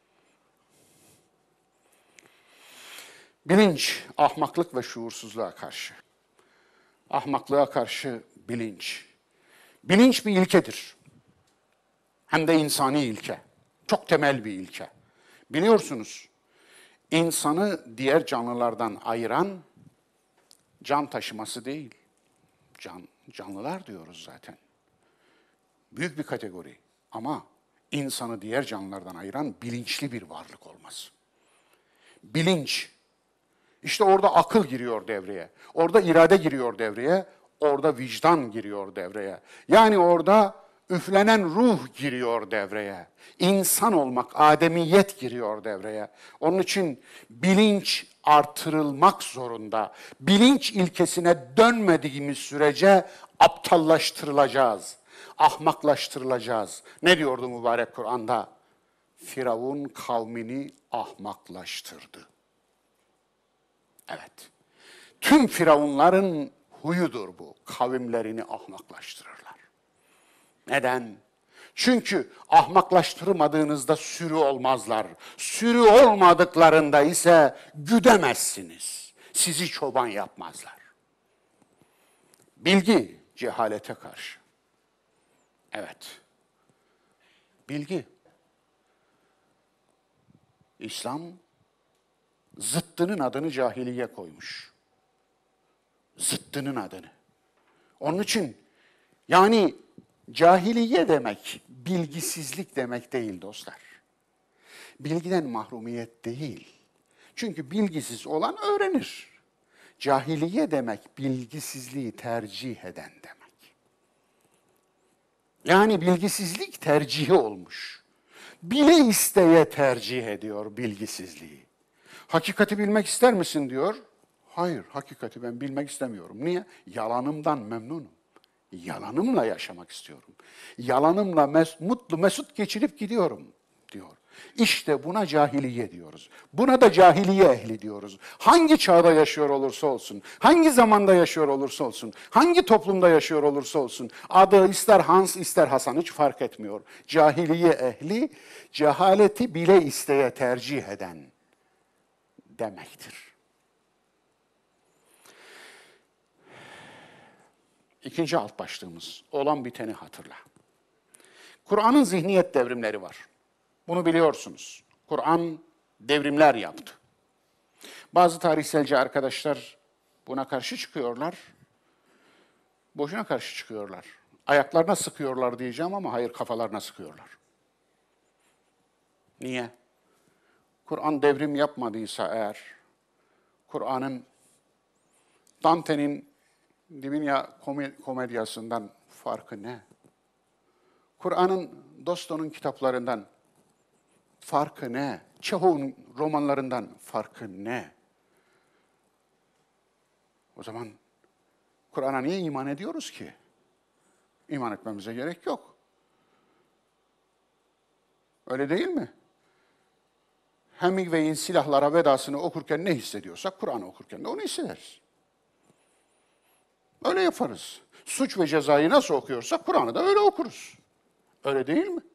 Bilinç, ahmaklık ve şuursuzluğa karşı. Ahmaklığa karşı bilinç. Bilinç bir ilkedir. Hem de insani ilke. Çok temel bir ilke. Biliyorsunuz, insanı diğer canlılardan ayıran can taşıması değil. Can, canlılar diyoruz zaten. Büyük bir kategori. Ama insanı diğer canlılardan ayıran bilinçli bir varlık olması. Bilinç. İşte orada akıl giriyor devreye. Orada irade giriyor devreye. Orada vicdan giriyor devreye. Yani orada üflenen ruh giriyor devreye. İnsan olmak, ademiyet giriyor devreye. Onun için bilinç artırılmak zorunda. Bilinç ilkesine dönmediğimiz sürece aptallaştırılacağız. Ahmaklaştırılacağız. Ne diyordu mübarek Kur'an'da? Firavun kavmini ahmaklaştırdı. Evet. Tüm firavunların huyudur bu. Kavimlerini ahmaklaştırırlar. Neden? Çünkü ahmaklaştırmadığınızda sürü olmazlar. Sürü olmadıklarında ise güdemezsiniz. Sizi çoban yapmazlar. Bilgi cehalete karşı. Evet. Bilgi. İslam zıttının adını cahiliye koymuş. Zıttının adını. Onun için yani cahiliye demek bilgisizlik demek değil dostlar. Bilgiden mahrumiyet değil. Çünkü bilgisiz olan öğrenir. Cahiliye demek bilgisizliği tercih eden demek. Yani bilgisizlik tercihi olmuş. Bile isteye tercih ediyor bilgisizliği. Hakikati bilmek ister misin diyor. Hayır, hakikati ben bilmek istemiyorum. Niye? Yalanımdan memnunum. Yalanımla yaşamak istiyorum. Yalanımla mes- mutlu, mesut geçirip gidiyorum diyor. İşte buna cahiliye diyoruz. Buna da cahiliye ehli diyoruz. Hangi çağda yaşıyor olursa olsun, hangi zamanda yaşıyor olursa olsun, hangi toplumda yaşıyor olursa olsun, adı ister Hans ister Hasan hiç fark etmiyor. Cahiliye ehli, cehaleti bile isteye tercih eden demektir. İkinci alt başlığımız, olan biteni hatırla. Kur'an'ın zihniyet devrimleri var. Bunu biliyorsunuz. Kur'an devrimler yaptı. Bazı tarihselci arkadaşlar buna karşı çıkıyorlar. Boşuna karşı çıkıyorlar. Ayaklarına sıkıyorlar diyeceğim ama hayır, kafalarına sıkıyorlar. Niye? Kur'an devrim yapmadıysa eğer, Kur'an'ın Dante'nin Divina Commedia'sından farkı ne? Kur'an'ın Dostoyevski'nin kitaplarından farkı ne? Çehov'un romanlarından farkı ne? O zaman Kur'an'a niye iman ediyoruz ki? İman etmemize gerek yok. Öyle değil mi? Hemingway'in Silahlara Vedasını okurken ne hissediyorsak Kur'an'ı okurken de onu hissederiz. Öyle yaparız. Suç ve Ceza'yı nasıl okuyorsak Kur'an'ı da öyle okuruz. Öyle değil mi?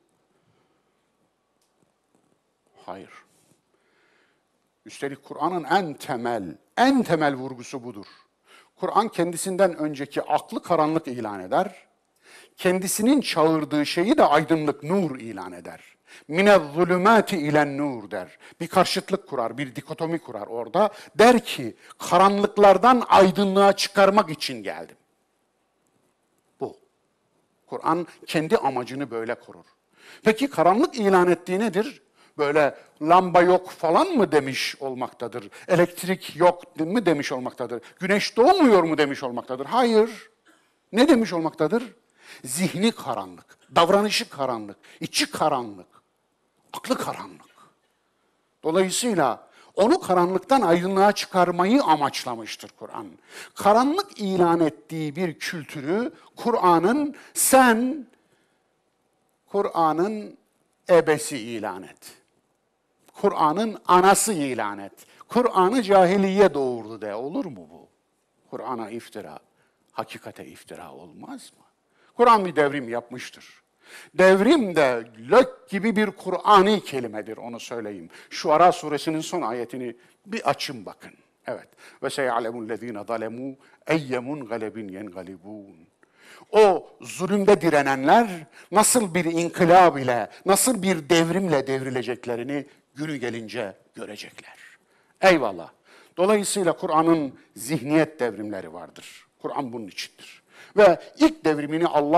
Hayır. Üstelik Kur'an'ın en temel, en temel vurgusu budur. Kur'an kendisinden önceki aklı karanlık ilan eder. Kendisinin çağırdığı şeyi de aydınlık, nur ilan eder. Minezzulümâti ilen nur der. Bir karşıtlık kurar, bir dikotomi kurar orada. Der ki, karanlıklardan aydınlığa çıkarmak için geldim. Bu. Kur'an kendi amacını böyle korur. Peki karanlık ilan ettiği nedir? Böyle lamba yok falan mı demiş olmaktadır? Elektrik yok mu demiş olmaktadır? Güneş doğmuyor mu demiş olmaktadır? Hayır. Ne demiş olmaktadır? Zihni karanlık, davranışı karanlık, içi karanlık, aklı karanlık. Dolayısıyla onu karanlıktan aydınlığa çıkarmayı amaçlamıştır Kur'an. Karanlık ilan ettiği bir kültürü Kur'an'ın sen, Kur'an'ın ebesi ilan et. Kur'an'ın anası ilan et. Kur'an'ı cahiliye doğurdu de. Olur mu bu? Kur'an'a iftira, hakikate iftira olmaz mı? Kur'an bir devrim yapmıştır. Devrim de lök gibi bir Kur'ani kelimedir, onu söyleyeyim. Şuara suresinin son ayetini bir açın bakın. Evet. Ve seyalemu'llezine zalemû eyyemun galebin yengalibûn. O zulümde direnenler nasıl bir inkılap ile, nasıl bir devrimle devrileceklerini günü gelince görecekler. Eyvallah. Dolayısıyla Kur'an'ın zihniyet devrimleri vardır. Kur'an bunun içindir. Ve ilk devrimini Allah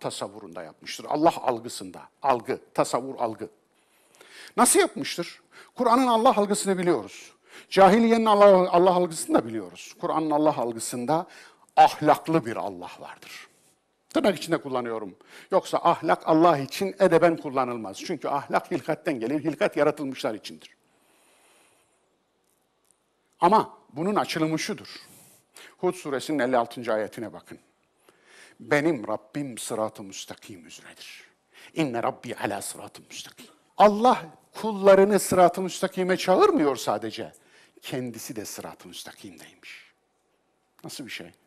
tasavvurunda yapmıştır. Allah algısında. Algı, tasavvur, algı. Nasıl yapmıştır? Kur'an'ın Allah algısını biliyoruz. Cahiliyenin Allah, Allah algısını da biliyoruz. Kur'an'ın Allah algısında ahlaklı bir Allah vardır. Tırnak içinde kullanıyorum. Yoksa ahlak Allah için edeben kullanılmaz. Çünkü ahlak hilkatten gelir, hilkat yaratılmışlar içindir. Ama bunun açılımı şudur. Hud suresinin elli altıncı ayetine bakın. Benim Rabbim sırat-ı müstakim üzeredir. İnne Rabbi ala sırat-ı müstakim. Allah kullarını sırat-ı müstakime çağırmıyor sadece. Kendisi de sırat-ı müstakimdeymiş. Nasıl bir şey?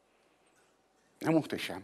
Ne muhteşem.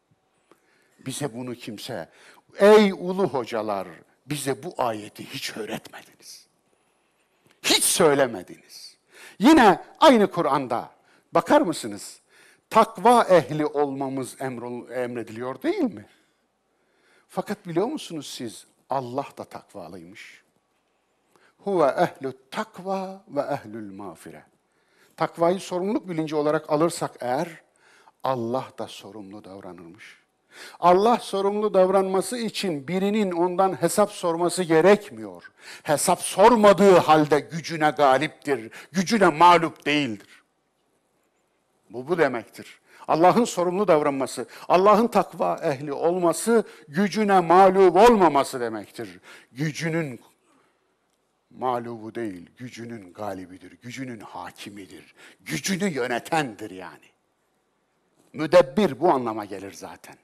Bize bunu kimse, ey ulu hocalar, bize bu ayeti hiç öğretmediniz. Hiç söylemediniz. Yine aynı Kur'an'da bakar mısınız? Takva ehli olmamız emrediliyor değil mi? Fakat biliyor musunuz siz? Allah da takvalıymış. Huve ehlü takva ve ehlül mağfire. Takvayı sorumluluk bilinci olarak alırsak eğer, Allah da sorumlu davranırmış. Allah sorumlu davranması için birinin ondan hesap sorması gerekmiyor. Hesap sormadığı halde gücüne galiptir, gücüne mağlup değildir. Bu bu demektir. Allah'ın sorumlu davranması, Allah'ın takva ehli olması, gücüne mağlup olmaması demektir. Gücünün mağlubu değil, gücünün galibidir, gücünün hakimidir, gücünü yönetendir yani. Müdebbir bu anlama gelir zaten.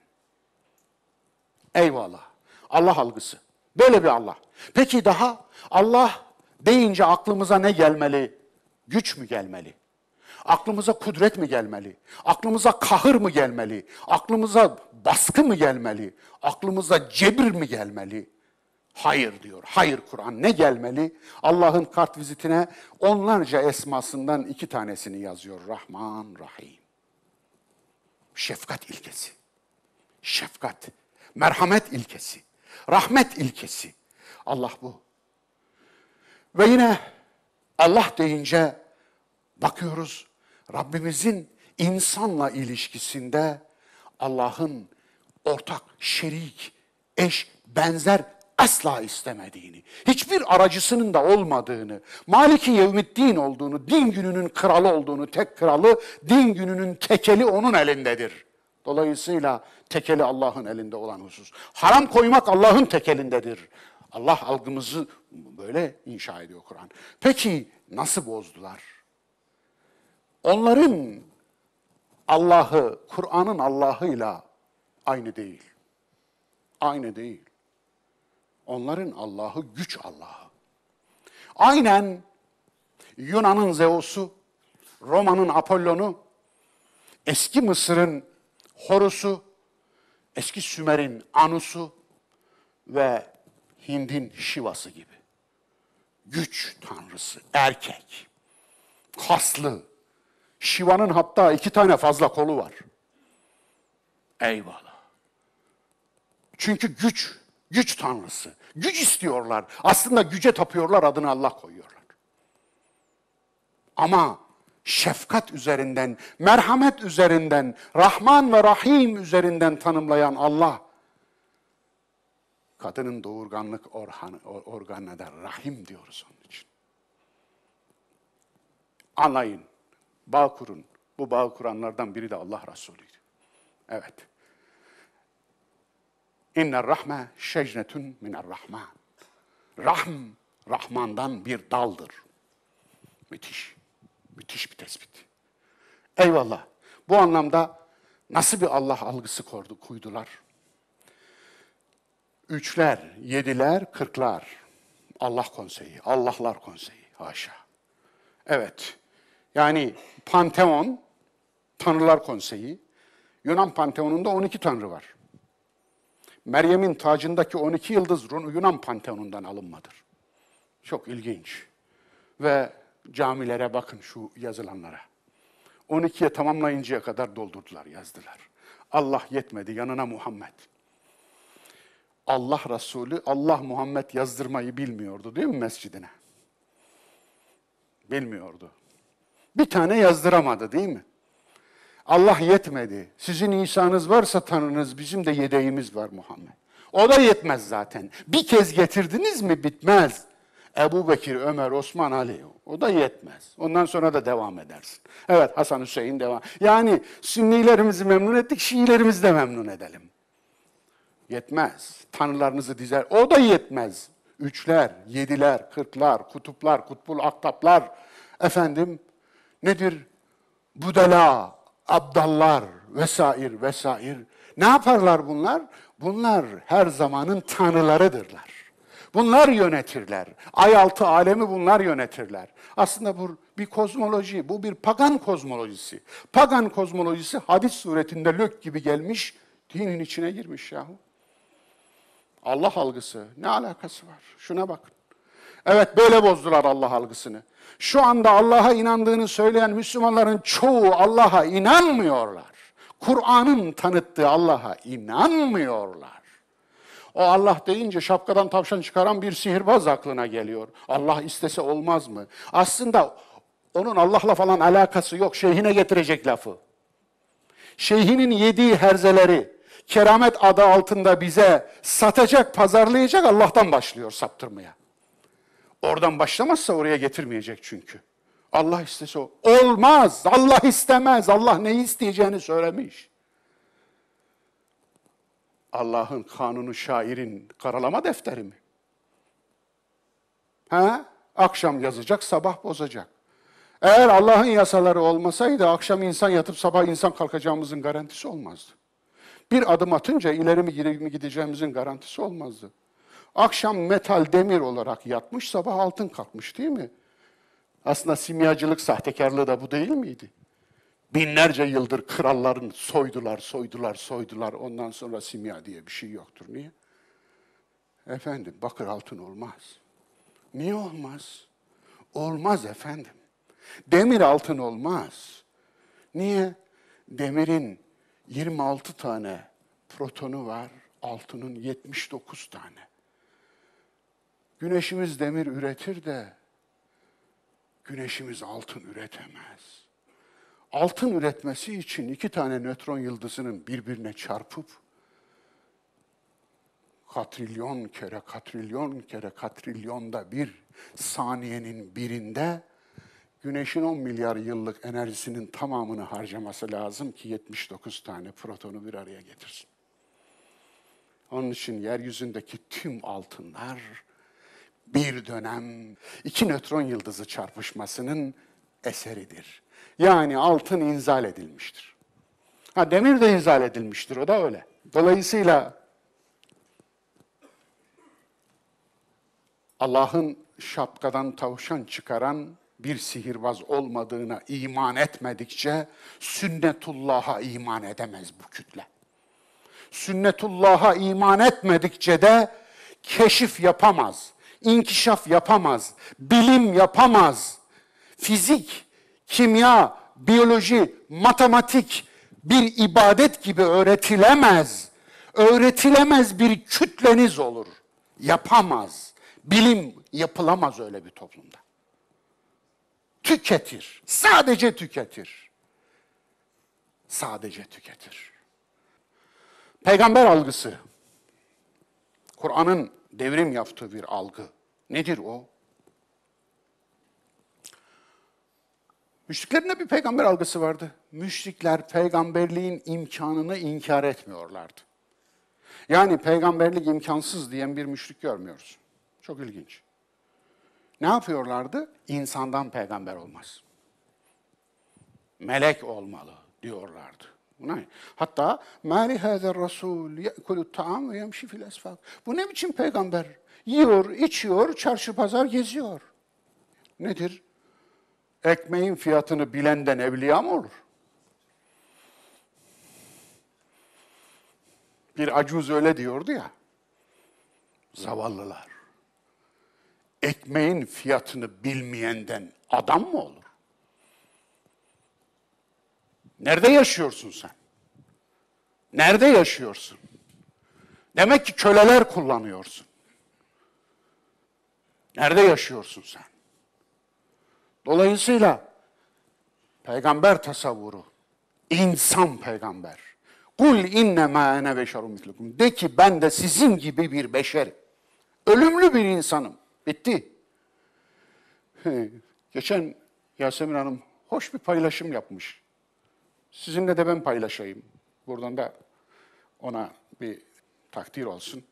Eyvallah. Allah algısı. Böyle bir Allah. Peki daha Allah deyince aklımıza ne gelmeli? Güç mü gelmeli? Aklımıza kudret mi gelmeli? Aklımıza kahır mı gelmeli? Aklımıza baskı mı gelmeli? Aklımıza cebir mi gelmeli? Hayır diyor. Hayır Kur'an. Ne gelmeli? Allah'ın kartvizitine onlarca esmasından iki tanesini yazıyor. Rahman, Rahim. Şefkat ilkesi. Şefkat. Merhamet ilkesi. Rahmet ilkesi. Allah bu. Ve yine Allah deyince bakıyoruz Rabbimizin insanla ilişkisinde Allah'ın ortak, şerik, eş, benzer asla istemediğini, hiçbir aracısının da olmadığını, Maliki Yevmiddin olduğunu, din gününün kralı olduğunu, tek kralı, din gününün tekeli onun elindedir. Dolayısıyla tekeli Allah'ın elinde olan husus. Haram koymak Allah'ın tekelindedir. Allah algımızı böyle inşa ediyor Kur'an. Peki nasıl bozdular? Onların Allah'ı, Kur'an'ın Allah'ıyla aynı değil. Aynı değil. Onların Allah'ı güç Allah'ı. Aynen Yunan'ın Zeus'u, Roma'nın Apollon'u, eski Mısır'ın Horus'u, eski Sümer'in Anus'u ve Hind'in Şiva'sı gibi. Güç tanrısı, erkek, kaslı. Şiva'nın hatta iki tane fazla kolu var. Eyvallah. Çünkü güç, güç tanrısı. Güç istiyorlar. Aslında güce tapıyorlar, adını Allah koyuyorlar. Ama şefkat üzerinden, merhamet üzerinden, Rahman ve Rahim üzerinden tanımlayan Allah, kadının doğurganlık organı, organına da Rahim diyoruz onun için. Anlayın, bağ kurun. Bu bağ kuranlardan biri de Allah Resulü'ydü. Evet. İnner rahme şecnetun minel rahman. Rahm, Rahman'dan bir daldır. Müthiş. Müthiş bir tespit. Eyvallah. Bu anlamda nasıl bir Allah algısı kurdu, kuydular? Üçler, yediler, kırklar. Allah konseyi, Allahlar konseyi. Haşa. Evet. Yani Panteon, Tanrılar Konseyi. Yunan Panteon'unda on iki tanrı var. Meryem'in tacındaki on iki yıldız Yunan Panteon'undan alınmadır. Çok ilginç. Ve camilere bakın şu yazılanlara. on ikiye tamamlayıncaya kadar doldurdular, yazdılar. Allah yetmedi, yanına Muhammed. Allah Resulü, Allah Muhammed yazdırmayı bilmiyordu değil mi mescidine? Bilmiyordu. Bir tane yazdıramadı değil mi? Allah yetmedi. Sizin İsa'nız varsa Tanrınız, bizim de yedeğimiz var Muhammed. O da yetmez zaten. Bir kez getirdiniz mi bitmez. Ebu Bekir, Ömer, Osman, Ali. O da yetmez. Ondan sonra da devam edersin. Evet, Hasan Hüseyin devam. Yani Sünnilerimizi memnun ettik, Şiilerimizi de memnun edelim. Yetmez. Tanrılarınızı dizer. O da yetmez. Üçler, yediler, kırklar, kutuplar, kutbul aktaplar. Efendim nedir? Budala, abdallar vesaire vesaire. Ne yaparlar bunlar? Bunlar her zamanın tanrılarıdırlar. Bunlar yönetirler. Ay altı alemi bunlar yönetirler. Aslında bu bir kozmoloji, bu bir pagan kozmolojisi. Pagan kozmolojisi hadis suretinde lök gibi gelmiş, dinin içine girmiş yahu. Allah algısı ne alakası var? Şuna bakın. Evet, böyle bozdular Allah algısını. Şu anda Allah'a inandığını söyleyen Müslümanların çoğu Allah'a inanmıyorlar. Kur'an'ın tanıttığı Allah'a inanmıyorlar. O Allah deyince şapkadan tavşan çıkaran bir sihirbaz aklına geliyor. Allah istese olmaz mı? Aslında onun Allah'la falan alakası yok. Şeyhine getirecek lafı. Şeyhinin yediği herzeleri keramet adı altında bize satacak, pazarlayacak, Allah'tan başlıyor saptırmaya. Oradan başlamazsa oraya getirmeyecek çünkü. Allah istese o. Olmaz. Allah istemez. Allah neyi isteyeceğini söylemiş. Allah'ın kanunu şairin karalama defteri mi? Ha? Akşam yazacak, sabah bozacak. Eğer Allah'ın yasaları olmasaydı akşam insan yatıp sabah insan kalkacağımızın garantisi olmazdı. Bir adım atınca ileri mi geri mi gideceğimizin garantisi olmazdı. Akşam metal demir olarak yatmış, sabah altın kalkmış değil mi? Aslında simyacılık sahtekarlığı da bu değil miydi? Binlerce yıldır kralların soydular, soydular, soydular. Ondan sonra simya diye bir şey yoktur. Niye? Efendim, bakır altın olmaz. Niye olmaz? Olmaz efendim. Demir altın olmaz. Niye? Demirin yirmi altı tane protonu var, altının yetmiş dokuz tane. Güneşimiz demir üretir de güneşimiz altın üretemez. Altın üretmesi için iki tane nötron yıldızının birbirine çarpıp katrilyon kere, katrilyon kere, katrilyonda bir saniyenin birinde Güneşin on milyar yıllık enerjisinin tamamını harcaması lazım ki yetmiş dokuz tane protonu bir araya getirsin. Onun için yeryüzündeki tüm altınlar bir dönem iki nötron yıldızı çarpışmasının eseridir. Yani altın inzal edilmiştir. Ha, demir de inzal edilmiştir, o da öyle. Dolayısıyla Allah'ın şapkadan tavşan çıkaran bir sihirbaz olmadığına iman etmedikçe sünnetullah'a iman edemez bu kütle. Sünnetullah'a iman etmedikçe de keşif yapamaz, inkişaf yapamaz, bilim yapamaz. Fizik, kimya, biyoloji, matematik bir ibadet gibi öğretilemez. Öğretilemez bir kütleniz olur. Yapamaz. Bilim yapılamaz öyle bir toplumda. Tüketir. Sadece tüketir. Sadece tüketir. Peygamber algısı. Kur'an'ın devrim yaptığı bir algı. Nedir o? Müşriklerin de bir peygamber algısı vardı. Müşrikler peygamberliğin imkanını inkar etmiyorlardı. Yani peygamberlik imkansız diyen bir müşrik görmüyoruz. Çok ilginç. Ne yapıyorlardı? İnsandan peygamber olmaz. Melek olmalı diyorlardı. Buna, hatta مَا لِهَذَا الرَّسُولِ يَأْكُلُ الطَّعَامِ وَيَمْشِ فِي الْأَسْفَاقِ. Bu ne biçim peygamber? Yiyor, içiyor, çarşı pazar geziyor. Nedir? Ekmeğin fiyatını bilenden evliya mı olur? Bir acuz öyle diyordu ya. Zavallılar. Ekmeğin fiyatını bilmeyenden adam mı olur? Nerede yaşıyorsun sen? Nerede yaşıyorsun? Demek ki köleler kullanıyorsun. Nerede yaşıyorsun sen? Dolayısıyla peygamber tasavvuru İnsan peygamber. Kul innema ene beşerun mislukum. De ki ben de sizin gibi bir beşerim. Ölümlü bir insanım. Bitti. Geçen Yasemin Hanım hoş bir paylaşım yapmış. Sizinle de ben paylaşayım. Buradan da ona bir takdir olsun.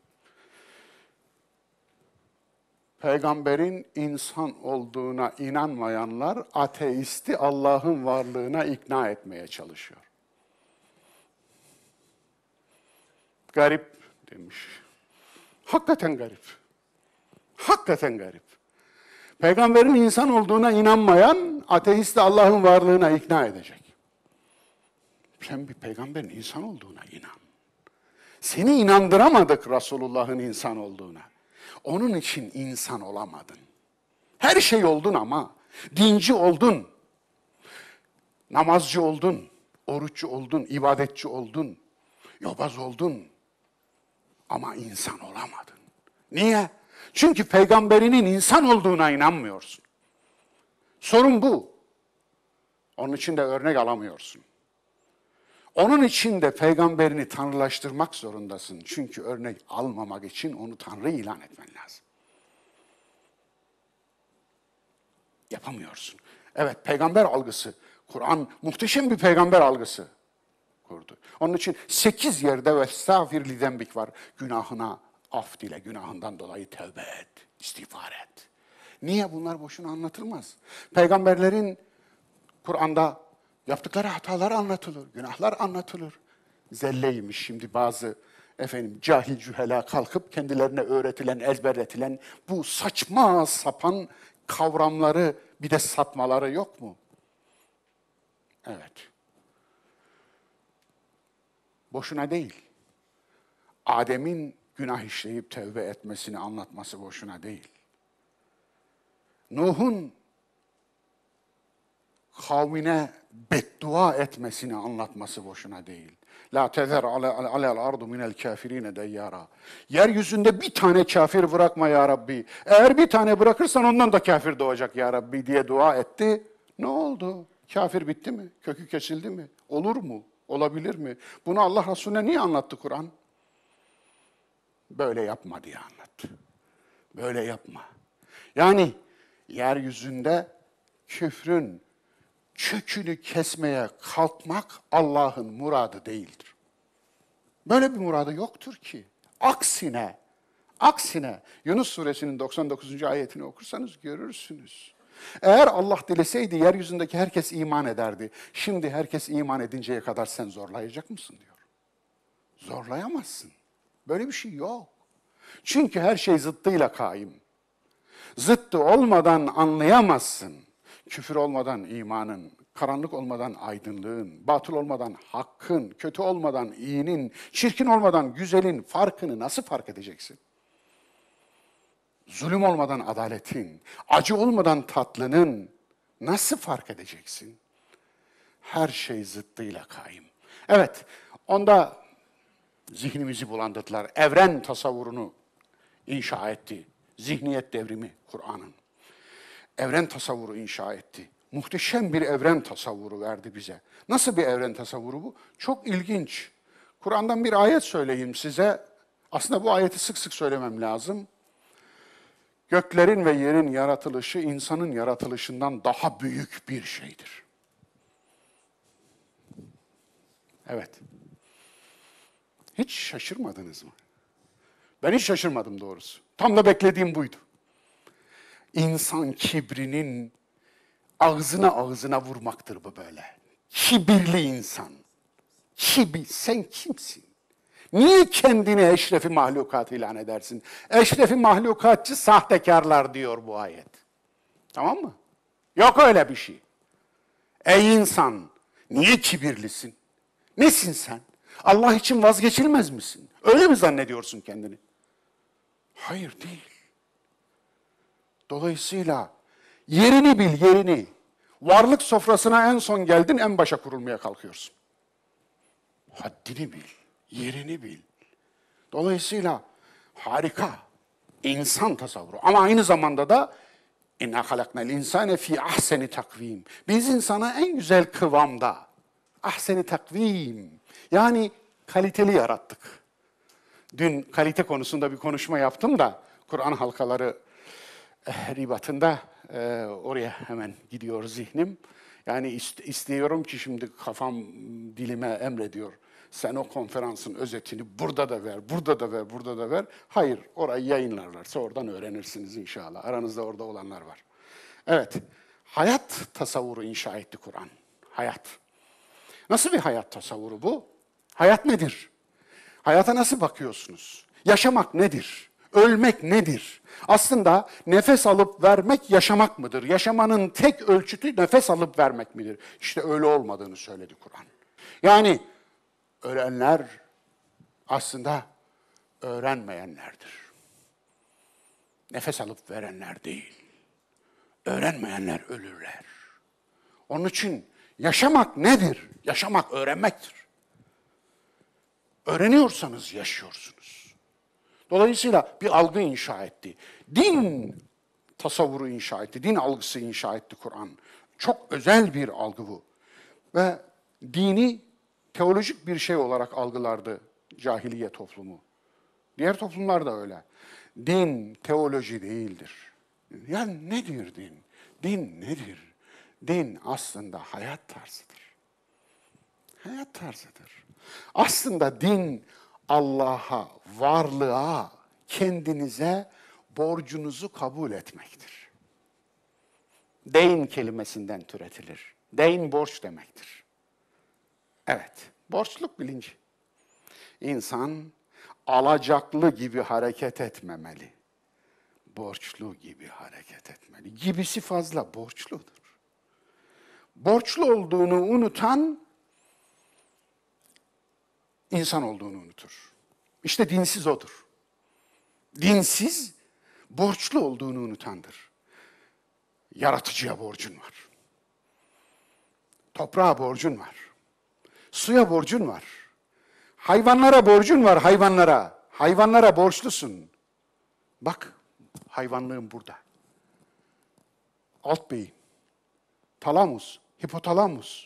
Peygamberin insan olduğuna inanmayanlar ateisti Allah'ın varlığına ikna etmeye çalışıyor. Garip demiş. Hakikaten garip. Hakikaten garip. Peygamberin insan olduğuna inanmayan ateisti Allah'ın varlığına ikna edecek. Sen bir peygamberin insan olduğuna inan. Seni inandıramadık Resulullah'ın insan olduğuna. Onun için insan olamadın. Her şey oldun ama dinci oldun, namazcı oldun, oruççu oldun, ibadetçi oldun, yobaz oldun ama insan olamadın. Niye? Çünkü peygamberinin insan olduğuna inanmıyorsun. Sorun bu. Onun için de örnek alamıyorsun. Onun için de peygamberini tanrılaştırmak zorundasın. Çünkü örnek almamak için onu Tanrı ilan etmen lazım. Yapamıyorsun. Evet, peygamber algısı. Kur'an muhteşem bir peygamber algısı kurdu. Onun için sekiz yerde ve estağfirli zembik var. Günahına af dile, günahından dolayı tövbe et, istiğfar et. Niye bunlar boşuna anlatılmaz? Peygamberlerin Kur'an'da yaptıkları hatalar anlatılır, günahlar anlatılır. Zelleymiş şimdi bazı efendim cahil cühela kalkıp kendilerine öğretilen, ezberletilen bu saçma sapan kavramları bir de satmaları yok mu? Evet. Boşuna değil. Adem'in günah işleyip tövbe etmesini anlatması boşuna değil. Nuh'un kavmine beddua etmesini anlatması boşuna değil. La tezer alel ardu minel kafirine deyyara. Yeryüzünde bir tane kafir bırakma ya Rabbi. Eğer bir tane bırakırsan ondan da kafir doğacak ya Rabbi diye dua etti. Ne oldu? Kafir bitti mi? Kökü kesildi mi? Olur mu? Olabilir mi? Bunu Allah Resulüne niye anlattı Kur'an? Böyle yapma diye anlattı. Böyle yapma. Yani yeryüzünde küfrün kökünü kesmeye kalkmak Allah'ın muradı değildir. Böyle bir muradı yoktur ki. Aksine, aksine Yunus suresinin doksan dokuzuncu ayetini okursanız görürsünüz. Eğer Allah dileseydi yeryüzündeki herkes iman ederdi. Şimdi herkes iman edinceye kadar sen zorlayacak mısın diyor. Zorlayamazsın. Böyle bir şey yok. Çünkü her şey zıttıyla kaim. Zıttı olmadan anlayamazsın. Küfür olmadan imanın, karanlık olmadan aydınlığın, batıl olmadan hakkın, kötü olmadan iyinin, çirkin olmadan güzelin farkını nasıl fark edeceksin? Zulüm olmadan adaletin, acı olmadan tatlının nasıl fark edeceksin? Her şey zıttıyla kaim. Evet, onda zihnimizi bulandırdılar. Evren tasavvurunu inşa etti. Zihniyet devrimi Kur'an'ın. Evren tasavvuru inşa etti. Muhteşem bir evren tasavvuru verdi bize. Nasıl bir evren tasavvuru bu? Çok ilginç. Kur'an'dan bir ayet söyleyeyim size. Aslında bu ayeti sık sık söylemem lazım. Göklerin ve yerin yaratılışı insanın yaratılışından daha büyük bir şeydir. Evet. Hiç şaşırmadınız mı? Ben hiç şaşırmadım doğrusu. Tam da beklediğim buydu. İnsan kibrinin ağzına ağzına vurmaktır bu böyle. Kibirli insan. Kibir, sen kimsin? Niye kendini eşrefi mahlukat ilan edersin? Eşrefi mahlukatçı sahtekarlar diyor bu ayet. Tamam mı? Yok öyle bir şey. Ey insan, niye kibirlisin? Nesin sen? Allah için vazgeçilmez misin? Öyle mi zannediyorsun kendini? Hayır değil. Dolayısıyla yerini bil, yerini. Varlık sofrasına en son geldin, en başa kurulmaya kalkıyorsun. Haddini bil, yerini bil. Dolayısıyla harika, insan tasavvuru. Ama aynı zamanda da اِنَّا خَلَقْنَا الْاِنْسَانَ ف۪ي اَحْسَنِ takvim. Biz insana en güzel kıvamda ahseni takvim. Yani kaliteli yarattık. Dün kalite konusunda bir konuşma yaptım da Kur'an halkaları eh, ribatında e, oraya hemen gidiyor zihnim. Yani ist- istiyorum ki şimdi kafam dilime emrediyor. Sen o konferansın özetini burada da ver, burada da ver, burada da ver. Hayır, orayı yayınlarlarsa oradan öğrenirsiniz inşallah. Aranızda orada olanlar var. Evet, hayat tasavvuru inşa etti Kur'an. Hayat. Nasıl bir hayat tasavvuru bu? Hayat nedir? Hayata nasıl bakıyorsunuz? Yaşamak nedir? Ölmek nedir? Aslında nefes alıp vermek yaşamak mıdır? Yaşamanın tek ölçütü nefes alıp vermek midir? İşte öyle olmadığını söyledi Kur'an. Yani ölenler aslında öğrenmeyenlerdir. Nefes alıp verenler değil. Öğrenmeyenler ölürler. Onun için yaşamak nedir? Yaşamak öğrenmektir. Öğreniyorsanız yaşıyorsunuz. Dolayısıyla bir algı inşa etti. Din tasavvuru inşa etti, din algısı inşa etti Kur'an. Çok özel bir algı bu. Ve dini teolojik bir şey olarak algılardı cahiliye toplumu. Diğer toplumlar da öyle. Din teoloji değildir. Yani nedir din? Din nedir? Din aslında hayat tarzıdır. Hayat tarzıdır. Aslında din Allah'a, varlığa, kendinize borcunuzu kabul etmektir. Deyn kelimesinden türetilir. Deyn borç demektir. Evet, borçluk bilinci. İnsan alacaklı gibi hareket etmemeli. Borçlu gibi hareket etmeli. Gibisi fazla borçludur. Borçlu olduğunu unutan insan olduğunu unutur. İşte dinsiz odur. Dinsiz, borçlu olduğunu unutandır. Yaratıcıya borcun var. Toprağa borcun var. Suya borcun var. Hayvanlara borcun var, hayvanlara. Hayvanlara borçlusun. Bak, hayvanlığın burada. Alt beyin, talamus, hipotalamus.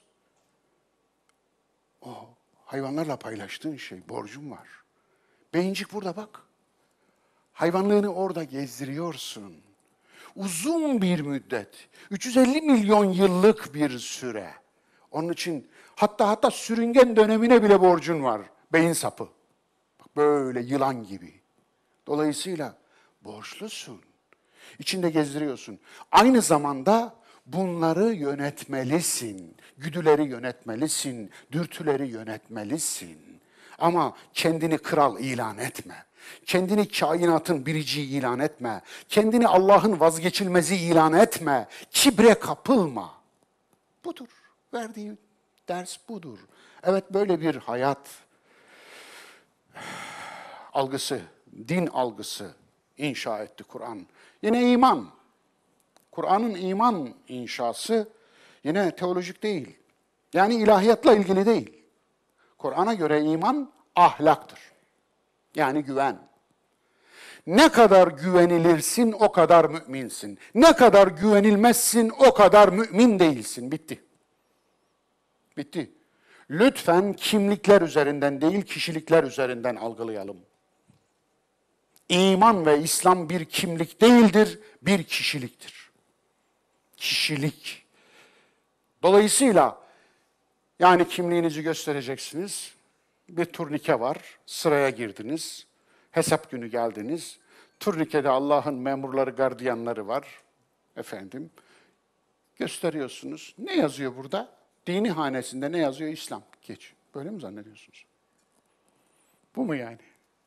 O hayvanlarla paylaştığın şey, borcun var. Beyincik burada bak. Hayvanlığını orada gezdiriyorsun. Uzun bir müddet, üç yüz elli milyon yıllık bir süre. Onun için hatta hatta sürüngen dönemine bile borcun var. Beyin sapı. Bak böyle yılan gibi. Dolayısıyla borçlusun. İçinde gezdiriyorsun. Aynı zamanda bunları yönetmelisin. Güdüleri yönetmelisin. Dürtüleri yönetmelisin. Ama kendini kral ilan etme. Kendini kainatın biriciği ilan etme. Kendini Allah'ın vazgeçilmezi ilan etme. Kibre kapılma. Budur. Verdiği ders budur. Evet, böyle bir hayat algısı, din algısı inşa etti Kur'an. Yine iman. Kur'an'ın iman inşası yine teolojik değil. Yani ilahiyatla ilgili değil. Kur'an'a göre iman ahlaktır. Yani güven. Ne kadar güvenilirsin o kadar müminsin. Ne kadar güvenilmezsin o kadar mümin değilsin. Bitti. Bitti. Lütfen kimlikler üzerinden değil, kişilikler üzerinden algılayalım. İman ve İslam bir kimlik değildir, bir kişiliktir. Kişilik. Dolayısıyla yani kimliğinizi göstereceksiniz. Bir turnike var, sıraya girdiniz. Hesap günü geldiniz. Turnikede Allah'ın memurları, gardiyanları var. Efendim, gösteriyorsunuz. Ne yazıyor burada? Dini hanesinde ne yazıyor? İslam. Geç. Böyle mi zannediyorsunuz? Bu mu yani?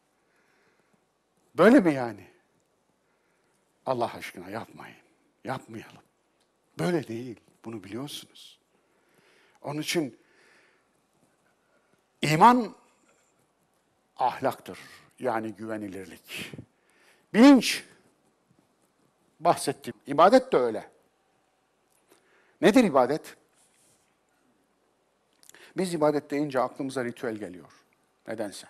Böyle mi yani? Allah aşkına yapmayın. Yapmayalım. Böyle değil. Bunu biliyorsunuz. Onun için iman ahlaktır. Yani güvenilirlik. Bilinç. Bahsettim. İbadet de öyle. Nedir ibadet? Biz ibadet deyince aklımıza ritüel geliyor. Nedense.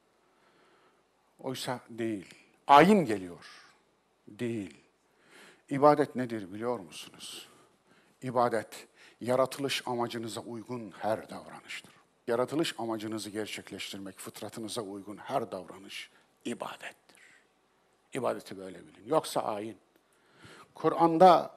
Oysa değil. Ayin geliyor. Değil. İbadet nedir biliyor musunuz? İbadet, yaratılış amacınıza uygun her davranıştır. Yaratılış amacınızı gerçekleştirmek, fıtratınıza uygun her davranış ibadettir. İbadeti böyle bilin. Yoksa ayin. Kur'an'da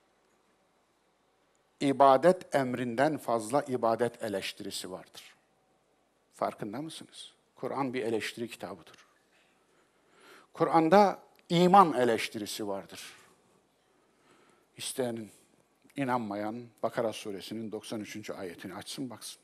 ibadet emrinden fazla ibadet eleştirisi vardır. Farkında mısınız? Kur'an bir eleştiri kitabıdır. Kur'an'da iman eleştirisi vardır. İsteyenin, inanmayan Bakara suresinin doksan üçüncü ayetini açsın baksın.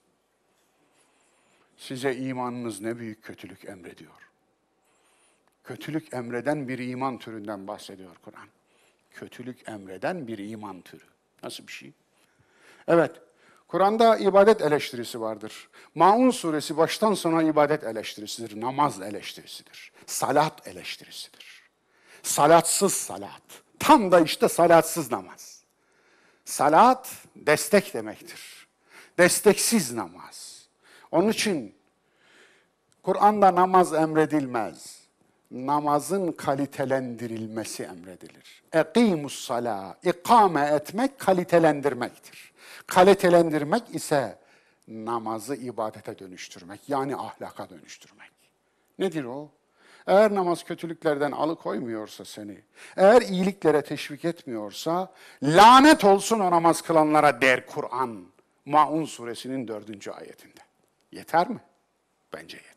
Size imanınız ne büyük kötülük emrediyor. Kötülük emreden bir iman türünden bahsediyor Kur'an. Kötülük emreden bir iman türü. Nasıl bir şey? Evet, Kur'an'da ibadet eleştirisi vardır. Maun suresi baştan sona ibadet eleştirisidir, namaz eleştirisidir, salat eleştirisidir. Salatsız salat, tam da işte salatsız namaz. Salat destek demektir, desteksiz namaz. Onun için Kur'an'da namaz emredilmez. Namazın kalitelendirilmesi emredilir. Eqimus salâ, ikame etmek kalitelendirmektir. Kalitelendirmek ise namazı ibadete dönüştürmek, yani ahlaka dönüştürmek. Nedir o? Eğer namaz kötülüklerden alıkoymuyorsa seni, eğer iyiliklere teşvik etmiyorsa, lanet olsun o namaz kılanlara der Kur'an. Maun suresinin dördüncü ayetinde. Yeter mi? Bence yeter.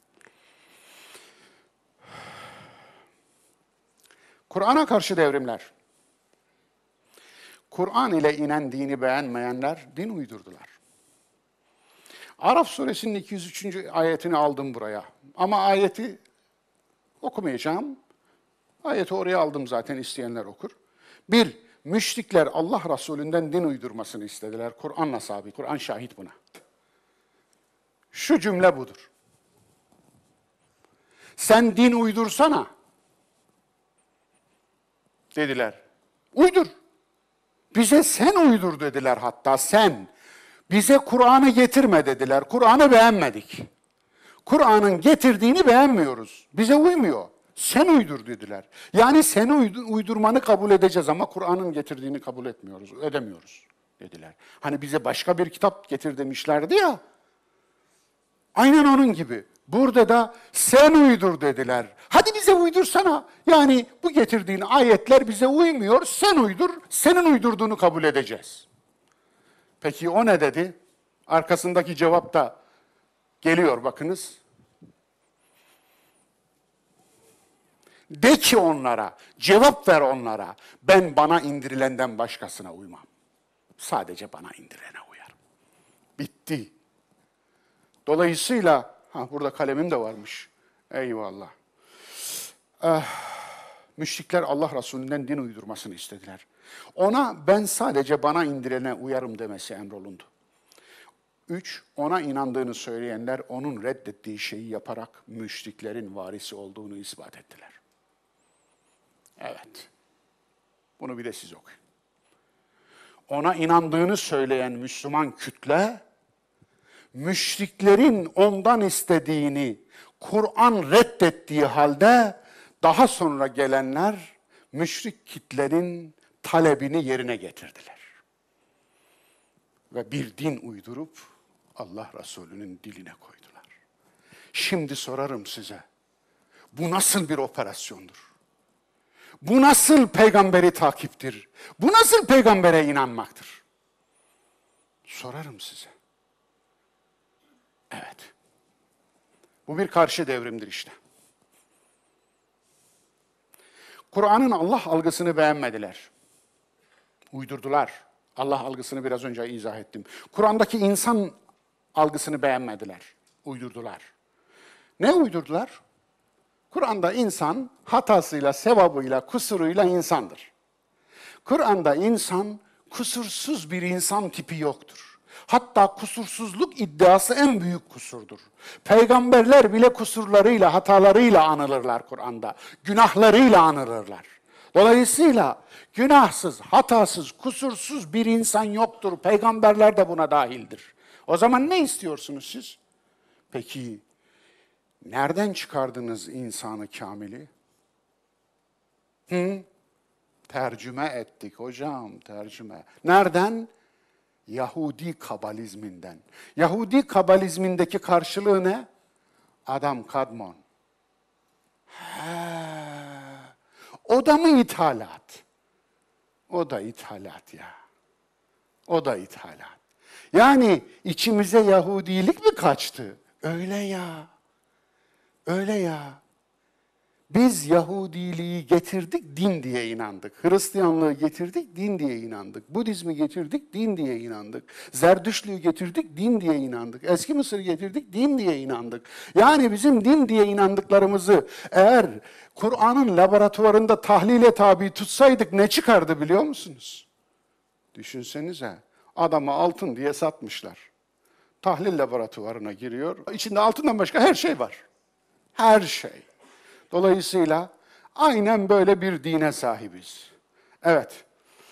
Kur'an'a karşı devrimler. Kur'an ile inen dini beğenmeyenler din uydurdular. Araf suresinin iki yüz üçüncü ayetini aldım buraya. Ama ayeti okumayacağım. Ayeti oraya aldım zaten, isteyenler okur. Bir, müşrikler Allah Resulü'nden din uydurmasını istediler. Kur'an'la sabit, Kur'an şahit buna. Şu cümle budur. Sen din uydursana dediler. Uydur. Bize sen uydur dediler hatta, sen. Bize Kur'an'ı getirme dediler. Kur'an'ı beğenmedik. Kur'an'ın getirdiğini beğenmiyoruz. Bize uymuyor. Sen uydur dediler. Yani seni uydurmanı kabul edeceğiz ama Kur'an'ın getirdiğini kabul etmiyoruz, edemiyoruz dediler. Hani bize başka bir kitap getir demişlerdi ya. Aynen onun gibi. Burada da sen uydur dediler. Hadi bize uydursana. Yani bu getirdiğin ayetler bize uymuyor. Sen uydur, senin uydurduğunu kabul edeceğiz. Peki o ne dedi? Arkasındaki cevap da geliyor bakınız. De ki onlara, cevap ver onlara. Ben bana indirilenden başkasına uymam. Sadece bana indirilene uyarım. Bitti. Dolayısıyla, ha burada kalemim de varmış. Eyvallah. Eh, müşrikler Allah Resulü'nden din uydurmasını istediler. Ona ben sadece bana indirene uyarım demesi emrolundu. Üç, ona inandığını söyleyenler onun reddettiği şeyi yaparak müşriklerin varisi olduğunu ispat ettiler. Evet. Bunu bir de siz okuyun. Ona inandığını söyleyen Müslüman kütle, müşriklerin ondan istediğini Kur'an reddettiği halde daha sonra gelenler müşrik kitlerin talebini yerine getirdiler. Ve bir din uydurup Allah Resulü'nün diline koydular. Şimdi sorarım size, bu nasıl bir operasyondur? Bu nasıl peygamberi takiptir? Bu nasıl peygambere inanmaktır? Sorarım size. Evet. Bu bir karşı devrimdir işte. Kur'an'ın Allah algısını beğenmediler. Uydurdular. Allah algısını biraz önce izah ettim. Kur'an'daki insan algısını beğenmediler. Uydurdular. Ne uydurdular? Kur'an'da insan hatasıyla, sevabıyla, kusuruyla insandır. Kur'an'da insan kusursuz bir insan tipi yoktur. Hatta kusursuzluk iddiası en büyük kusurdur. Peygamberler bile kusurlarıyla, hatalarıyla anılırlar Kur'an'da. Günahlarıyla anılırlar. Dolayısıyla günahsız, hatasız, kusursuz bir insan yoktur. Peygamberler de buna dahildir. O zaman ne istiyorsunuz siz? Peki nereden çıkardınız insanı kamili? Hı? Tercüme ettik hocam, tercüme. Nereden? Yahudi kabalizminden. Yahudi kabalizmindeki karşılığı ne? Adam kadmon. He. O da mı ithalat? O da ithalat ya. O da ithalat. Yani içimize Yahudilik mi kaçtı? Öyle ya. Öyle ya. Biz Yahudiliği getirdik, din diye inandık. Hristiyanlığı getirdik, din diye inandık. Budizmi getirdik, din diye inandık. Zerdüştlüğü getirdik, din diye inandık. Eski Mısır'ı getirdik, din diye inandık. Yani bizim din diye inandıklarımızı eğer Kur'an'ın laboratuvarında tahlile tabi tutsaydık ne çıkardı biliyor musunuz? Düşünsenize, adamı altın diye satmışlar. Tahlil laboratuvarına giriyor, içinde altından başka her şey var. Her şey. Dolayısıyla aynen böyle bir dine sahibiz. Evet.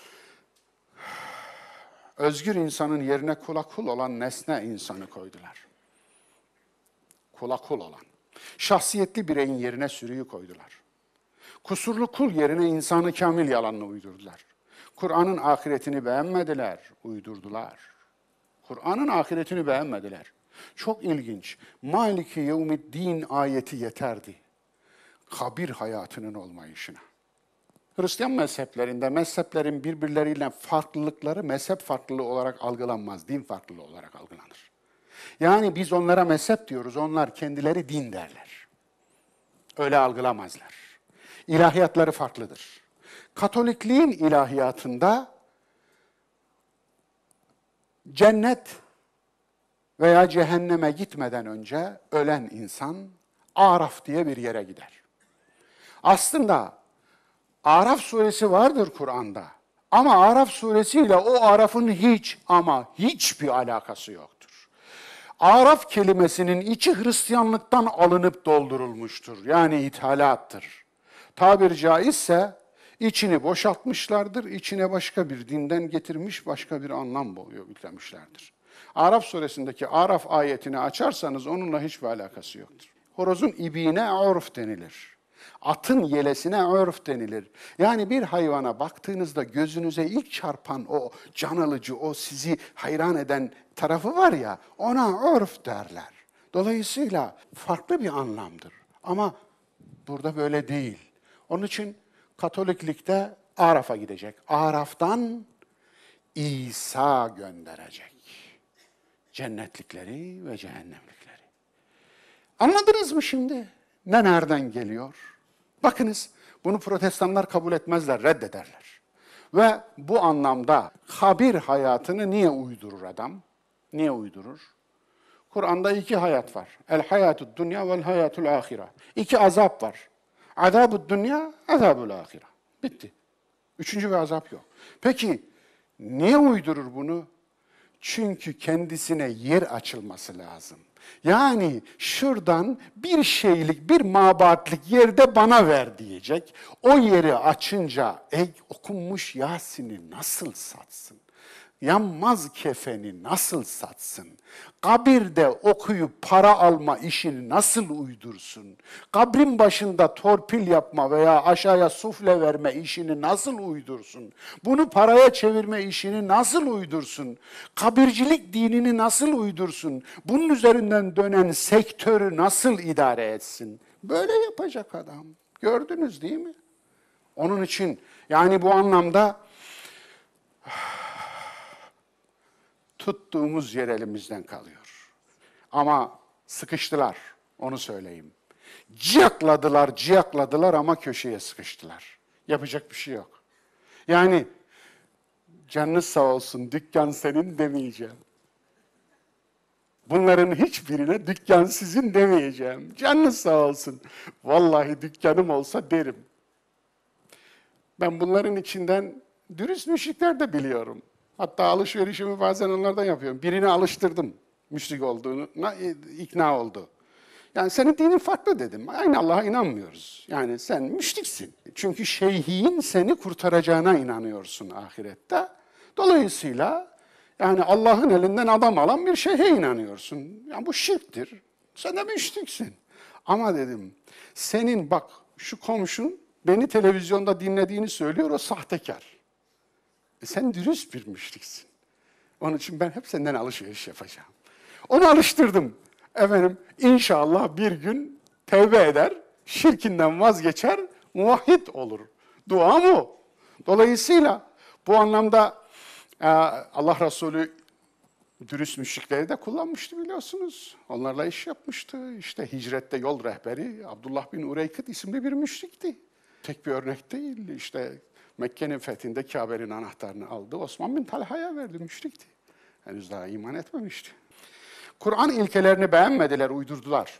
Özgür insanın yerine kula kul olan nesne insanı koydular. Kula kul olan. Şahsiyetli bireyin yerine sürüyü koydular. Kusurlu kul yerine insanı kamil yalanını uydurdular. Kur'an'ın ahiretini beğenmediler, uydurdular. Kur'an'ın ahiretini beğenmediler. Çok ilginç. Maliki yevmiddin ayeti yeterdi. Kabir hayatının olmayışına. Hristiyan mezheplerinde mezheplerin birbirleriyle farklılıkları mezhep farklılığı olarak algılanmaz, din farklılığı olarak algılanır. Yani biz onlara mezhep diyoruz, onlar kendileri din derler. Öyle algılamazlar. İlahiyatları farklıdır. Katolikliğin ilahiyatında cennet veya cehenneme gitmeden önce ölen insan Araf diye bir yere gider. Aslında Araf suresi vardır Kur'an'da. Ama Araf suresiyle o Araf'ın hiç ama hiçbir alakası yoktur. Araf kelimesinin içi Hristiyanlıktan alınıp doldurulmuştur. Yani ithalattır. Tabiri caizse içini boşaltmışlardır, içine başka bir dinden getirmiş, başka bir anlam yüklemişlerdir. Araf suresindeki Araf ayetini açarsanız onunla hiçbir alakası yoktur. Horozun ibiğine urf denilir. Atın yelesine urf denilir. Yani bir hayvana baktığınızda gözünüze ilk çarpan o can alıcı, o sizi hayran eden tarafı var ya, ona urf derler. Dolayısıyla farklı bir anlamdır. Ama burada böyle değil. Onun için Katoliklikte Araf'a gidecek. Araf'tan İsa gönderecek. Cennetlikleri ve cehennemlikleri. Anladınız mı şimdi? Ne nereden geliyor? Bakınız, bunu protestanlar kabul etmezler, reddederler. Ve bu anlamda kabir hayatını niye uydurur adam? Niye uydurur? Kur'an'da iki hayat var. El hayatud dünya vel hayatul ahire. İki azap var. Azab-ı dünya, azab-ül ahire. Bitti. Üçüncü bir azap yok. Peki, niye uydurur bunu? Çünkü kendisine yer açılması lazım. Yani şuradan bir şeylik, bir mabatlık yerde bana ver diyecek. O yeri açınca ey okunmuş Yasin'i nasıl satsın? Yanmaz kefeni nasıl satsın? Kabirde okuyup para alma işini nasıl uydursun? Kabrin başında torpil yapma veya aşağıya sufle verme işini nasıl uydursun? Bunu paraya çevirme işini nasıl uydursun? Kabircilik dinini nasıl uydursun? Bunun üzerinden dönen sektörü nasıl idare etsin? Böyle yapacak adam. Gördünüz değil mi? Onun için yani bu anlamda tuttuğumuz yer elimizden kalıyor. Ama sıkıştılar, onu söyleyeyim. Ciyakladılar, ciyakladılar ama köşeye sıkıştılar. Yapacak bir şey yok. Yani canınız sağ olsun, dükkan senin demeyeceğim. Bunların hiçbirine dükkan sizin demeyeceğim. Canınız sağ olsun. Vallahi dükkanım olsa derim. Ben bunların içinden dürüst müşrikler de biliyorum. Hatta alışverişimi bazen onlardan yapıyorum. Birini alıştırdım müşrik olduğuna ikna oldu. Yani senin dinin farklı dedim. Aynı Allah'a inanmıyoruz. Yani sen müşriksin. Çünkü şeyhin seni kurtaracağına inanıyorsun ahirette. Dolayısıyla yani Allah'ın elinden adam alan bir şeyhe inanıyorsun. Yani bu şirktir. Sen de müşriksin. Ama dedim senin bak şu komşun beni televizyonda dinlediğini söylüyor, o sahtekar. E sen dürüst bir müşriksin. Onun için ben hep senden alışveriş yapacağım. Onu alıştırdım. Efendim inşallah bir gün tevbe eder, şirkinden vazgeçer, muvahhid olur. Dua mı o? Dolayısıyla bu anlamda e, Allah Resulü dürüst müşrikleri de kullanmıştı biliyorsunuz. Onlarla iş yapmıştı. İşte hicrette yol rehberi Abdullah bin Ureykıt isimli bir müşrikti. Tek bir örnek değil. İşte Mekke'nin fethinde Kabe'nin anahtarını aldı. Osman bin Talha'ya verdi, müşrikti. Henüz daha iman etmemişti. Kur'an ilkelerini beğenmediler, uydurdular.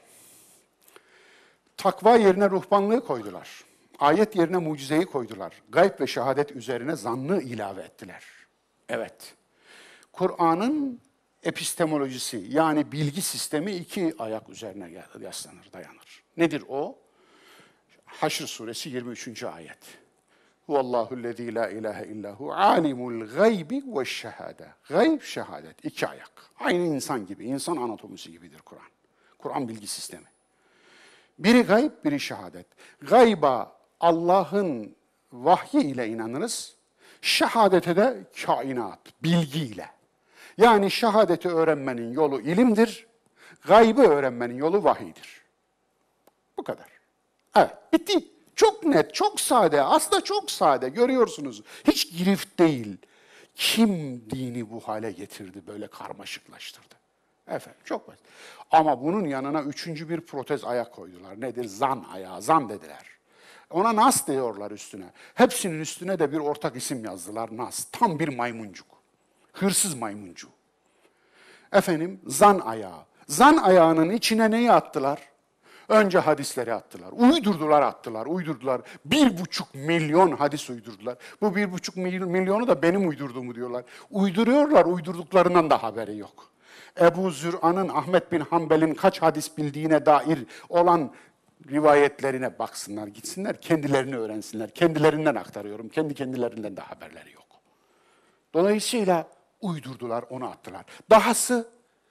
Takva yerine ruhbanlığı koydular. Ayet yerine mucizeyi koydular. Gayb ve şehadet üzerine zannı ilave ettiler. Evet, Kur'an'ın epistemolojisi yani bilgi sistemi iki ayak üzerine yaslanır, dayanır. Nedir o? Haşr suresi yirmi üçüncü ayet. Huvallahu'llezî la ilahe illahu alimul gaybi ve şehade. Gayb, şehadet. İki ayak. Aynı insan gibi, insan anatomisi gibidir Kur'an. Kur'an bilgi sistemi. Biri gayb, biri şehadet. Gayba Allah'ın vahyi ile inanırız. Şehadete de kainat, bilgiyle. Yani şehadeti öğrenmenin yolu ilimdir. Gaybı öğrenmenin yolu vahiydir. Bu kadar. Evet, bitti. Çok net, çok sade. Aslında çok sade. Görüyorsunuz. Hiç girift değil. Kim dini bu hale getirdi, böyle karmaşıklaştırdı? Efendim, çok basit. Ama bunun yanına üçüncü bir protez ayak koydular. Nedir? Zan ayağı, zan dediler. Ona nas diyorlar üstüne. Hepsinin üstüne de bir ortak isim yazdılar, nas. Tam bir maymuncuk. Hırsız maymuncu. Efendim, zan ayağı. Zan ayağının içine neyi attılar? Önce hadisleri attılar. Uydurdular attılar, uydurdular. Bir buçuk milyon hadis uydurdular. Bu bir buçuk milyonu da benim uydurduğumu diyorlar. Uyduruyorlar, uydurduklarından da haberi yok. Ebu Zür'an'ın, Ahmet bin Hanbel'in kaç hadis bildiğine dair olan rivayetlerine baksınlar, gitsinler, kendilerini öğrensinler. Kendilerinden aktarıyorum, kendi kendilerinden de haberleri yok. Dolayısıyla uydurdular, onu attılar. Dahası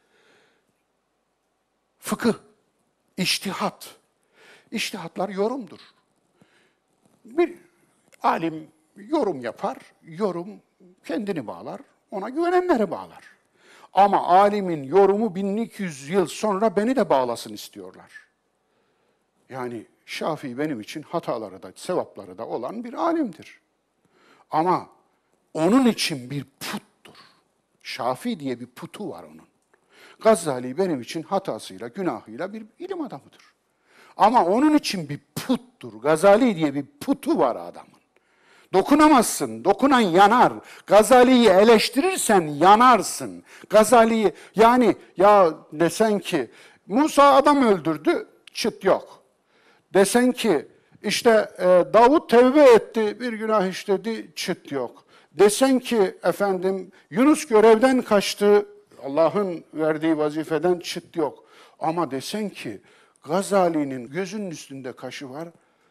fıkıh, içtihat. İçtihatlar yorumdur. Bir alim yorum yapar, yorum kendini bağlar, ona güvenenleri bağlar. Ama alimin yorumu bin iki yüz yıl sonra beni de bağlasın istiyorlar. Yani Şafii benim için hataları da, sevapları da olan bir alimdir. Ama onun için bir puttur. Şafii diye bir putu var onun. Gazali benim için hatasıyla, günahıyla bir ilim adamıdır. Ama onun için bir puttur. Gazali diye bir putu var adamın. Dokunamazsın, dokunan yanar. Gazali'yi eleştirirsen yanarsın. Gazali'yi, yani ya desen ki Musa adam öldürdü, çıt yok. Desen ki işte e, Davut tevbe etti, bir günah işledi, çıt yok. Desen ki efendim Yunus görevden kaçtı, Allah'ın verdiği vazifeden çıt yok. Ama desen ki Gazali'nin gözünün üstünde kaşı var,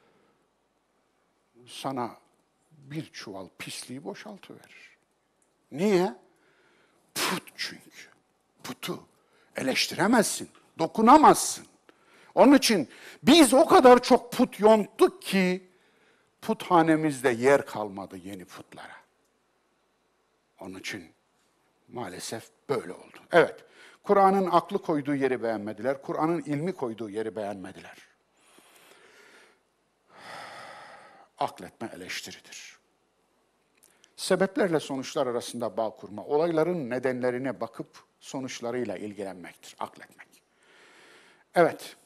sana bir çuval pisliği boşaltıverir. Niye? Put çünkü. Putu eleştiremezsin, dokunamazsın. Onun için biz o kadar çok put yonttuk ki puthanemizde yer kalmadı yeni putlara. Onun için maalesef böyle oldu. Evet, Kur'an'ın aklı koyduğu yeri beğenmediler, Kur'an'ın ilmi koyduğu yeri beğenmediler. Akletme eleştiridir. Sebeplerle sonuçlar arasında bağ kurma, olayların nedenlerine bakıp sonuçlarıyla ilgilenmektir, akletmek. Evet,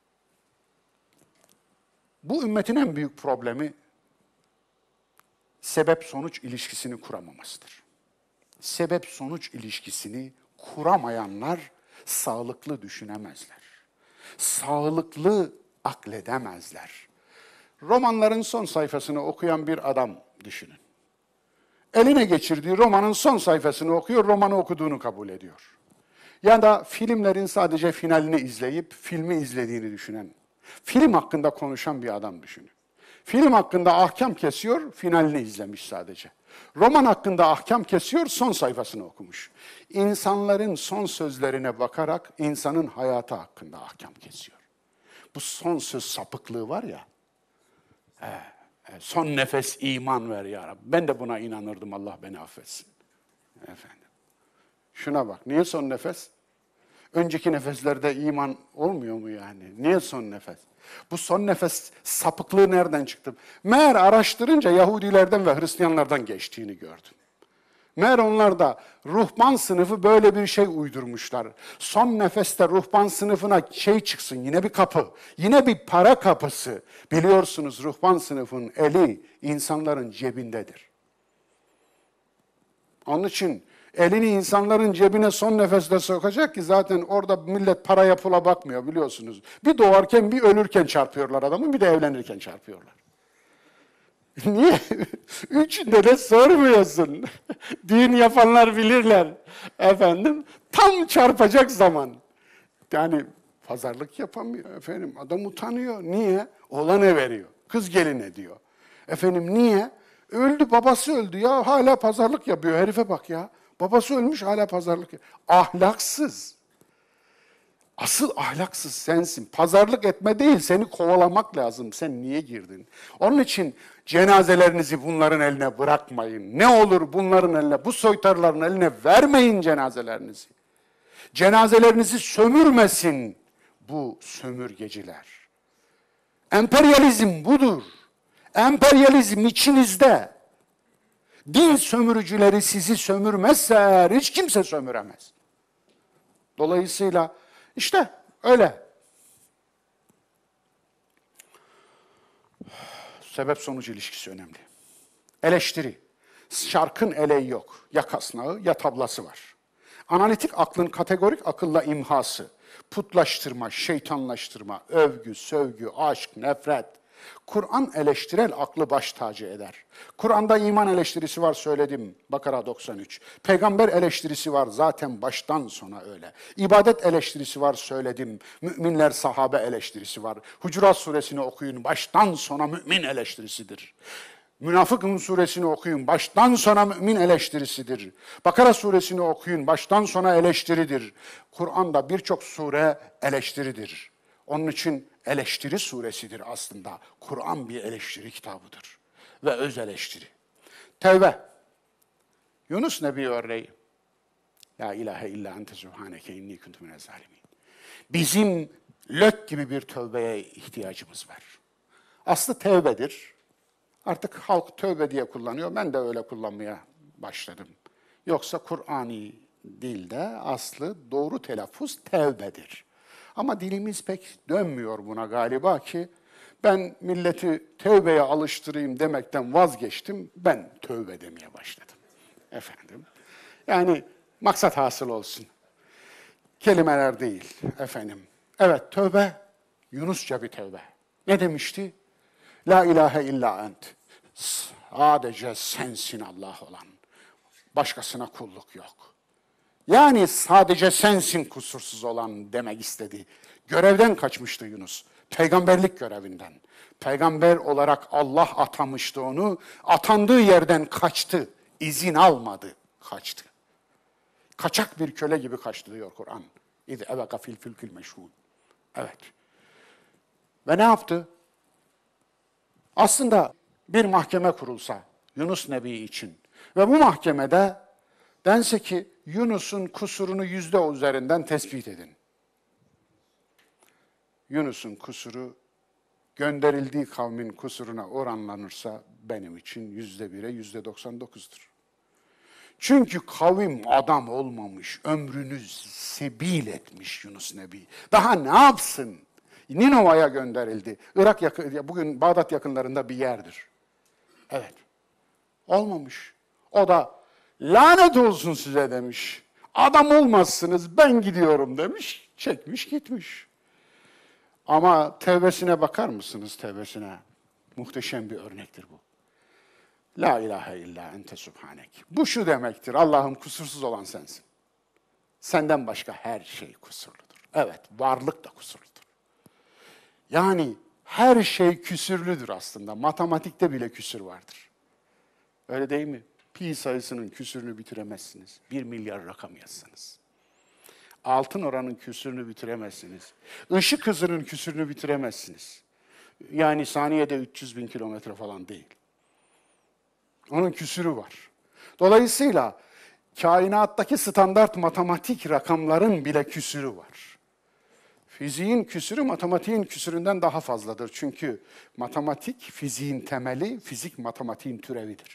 bu ümmetin en büyük problemi sebep-sonuç ilişkisini kuramamasıdır. Sebep-sonuç ilişkisini kuramayanlar sağlıklı düşünemezler. Sağlıklı akledemezler. Romanların son sayfasını okuyan bir adam düşünün. Eline geçirdiği romanın son sayfasını okuyor, romanı okuduğunu kabul ediyor. Ya da filmlerin sadece finalini izleyip filmi izlediğini düşünen, film hakkında konuşan bir adam düşünün. Film hakkında ahkam kesiyor, finalini izlemiş sadece. Roman hakkında ahkam kesiyor, son sayfasını okumuş. İnsanların son sözlerine bakarak insanın hayatı hakkında ahkam kesiyor. Bu son söz sapıklığı var ya, he, son nefes iman ver ya Rabbi. Ben de buna inanırdım, Allah beni affetsin. Efendim. Şuna bak. Niye son nefes? Önceki nefeslerde iman olmuyor mu yani? Niye son nefes? Bu son nefes sapıklığı nereden çıktı? Meğer araştırınca Yahudilerden ve Hristiyanlardan geçtiğini gördüm. Meğer onlar da ruhban sınıfı böyle bir şey uydurmuşlar. Son nefeste ruhban sınıfına şey çıksın, yine bir kapı, yine bir para kapısı. Biliyorsunuz ruhban sınıfın eli insanların cebindedir. Onun için elini insanların cebine son nefeste sokacak ki zaten orada millet paraya pula bakmıyor biliyorsunuz. Bir doğarken bir ölürken çarpıyorlar adamı, bir de evlenirken çarpıyorlar. Niye? Üçünde de sormuyorsun. Düğün yapanlar bilirler. Efendim, tam çarpacak zaman. Yani pazarlık yapamıyor efendim. Adam utanıyor. Niye? Oğlan veriyor. Kız gelin ediyor. Efendim niye? Öldü, babası öldü ya. Hala pazarlık yapıyor. Herife bak ya. Babası ölmüş, hala pazarlık yapıyor. Ahlaksız. Asıl ahlaksız sensin. Pazarlık etme değil, seni kovalamak lazım. Sen niye girdin? Onun için cenazelerinizi bunların eline bırakmayın. Ne olur bunların eline, bu soytarların eline vermeyin cenazelerinizi. Cenazelerinizi sömürmesin bu sömürgeciler. Emperyalizm budur. Emperyalizm içinizde. Din sömürücüleri sizi sömürmezse eğer hiç kimse sömüremez. Dolayısıyla işte öyle. Sebep-sonuç ilişkisi önemli. Eleştiri. Şarkın eleği yok. Ya kasnağı ya tablası var. Analitik aklın kategorik akılla imhası, putlaştırma, şeytanlaştırma, övgü, sövgü, aşk, nefret. Kur'an eleştirel aklı baş tacı eder. Kur'an'da iman eleştirisi var söyledim Bakara doksan üç. Peygamber eleştirisi var zaten baştan sona öyle. İbadet eleştirisi var söyledim. Müminler sahabe eleştirisi var. Hucurat suresini okuyun baştan sona mümin eleştirisidir. Münafıkın suresini okuyun baştan sona mümin eleştirisidir. Bakara suresini okuyun baştan sona eleştiridir. Kur'an'da birçok sure eleştiridir. Onun için eleştiri suresidir aslında. Kur'an bir eleştiri kitabıdır. Ve öz eleştiri. Tevbe. Yunus Nebi örneği. La ilahe illa ente subhaneke inni kuntu minez zalimin. Bizim lök gibi bir tövbeye ihtiyacımız var. Aslı tevbedir. Artık halk tövbe diye kullanıyor. Ben de öyle kullanmaya başladım. Yoksa Kur'ani dilde aslı doğru telaffuz tevbedir. Ama dilimiz pek dönmüyor buna galiba ki ben milleti tövbeye alıştırayım demekten vazgeçtim. Ben tövbe demeye başladım. Efendim. Yani maksat hasıl olsun. Kelimeler değil efendim. Evet tövbe Yunusça bir tövbe. Ne demişti? La ilahe illa ent. Sadece sensin Allah olan. Başkasına kulluk yok. Yani sadece sensin kusursuz olan demek istedi. Görevden kaçmıştı Yunus. Peygamberlik görevinden. Peygamber olarak Allah atamıştı onu. Atandığı yerden kaçtı. İzin almadı. Kaçtı. Kaçak bir köle gibi kaçtı diyor Kur'an. İz ebeka fil fülkül meşhud. Evet. Ve ne yaptı? Aslında bir mahkeme kurulsa Yunus Nebi için ve bu mahkemede dense ki Yunus'un kusurunu yüzde üzerinden tespit edin. Yunus'un kusuru gönderildiği kavmin kusuruna oranlanırsa benim için yüzde bire yüzde doksan dokuzdur. Çünkü kavim adam olmamış, ömrünü sebil etmiş Yunus Nebi. Daha ne yapsın? Ninova'ya gönderildi. Irak yakın, bugün Bağdat yakınlarında bir yerdir. Evet. Olmamış. O da lanet olsun size demiş. Adam olmazsınız ben gidiyorum demiş. Çekmiş gitmiş. Ama tevbesine bakar mısınız tevbesine? Muhteşem bir örnektir bu. La ilahe illa ente subhanek. Bu şu demektir. Allah'ım kusursuz olan sensin. Senden başka her şey kusurludur. Evet, varlık da kusurludur. Yani her şey küsürlüdür aslında. Matematikte bile küsür vardır. Öyle değil mi? Pi sayısının küsürünü bitiremezsiniz. Bir milyar rakam yazsanız. Altın oranın küsürünü bitiremezsiniz. Işık hızının küsürünü bitiremezsiniz. Yani saniyede üç yüz bin kilometre falan değil. Onun küsürü var. Dolayısıyla kainattaki standart matematik rakamların bile küsürü var. Fiziğin küsürü matematiğin küsüründen daha fazladır. Çünkü matematik fiziğin temeli, fizik matematiğin türevidir.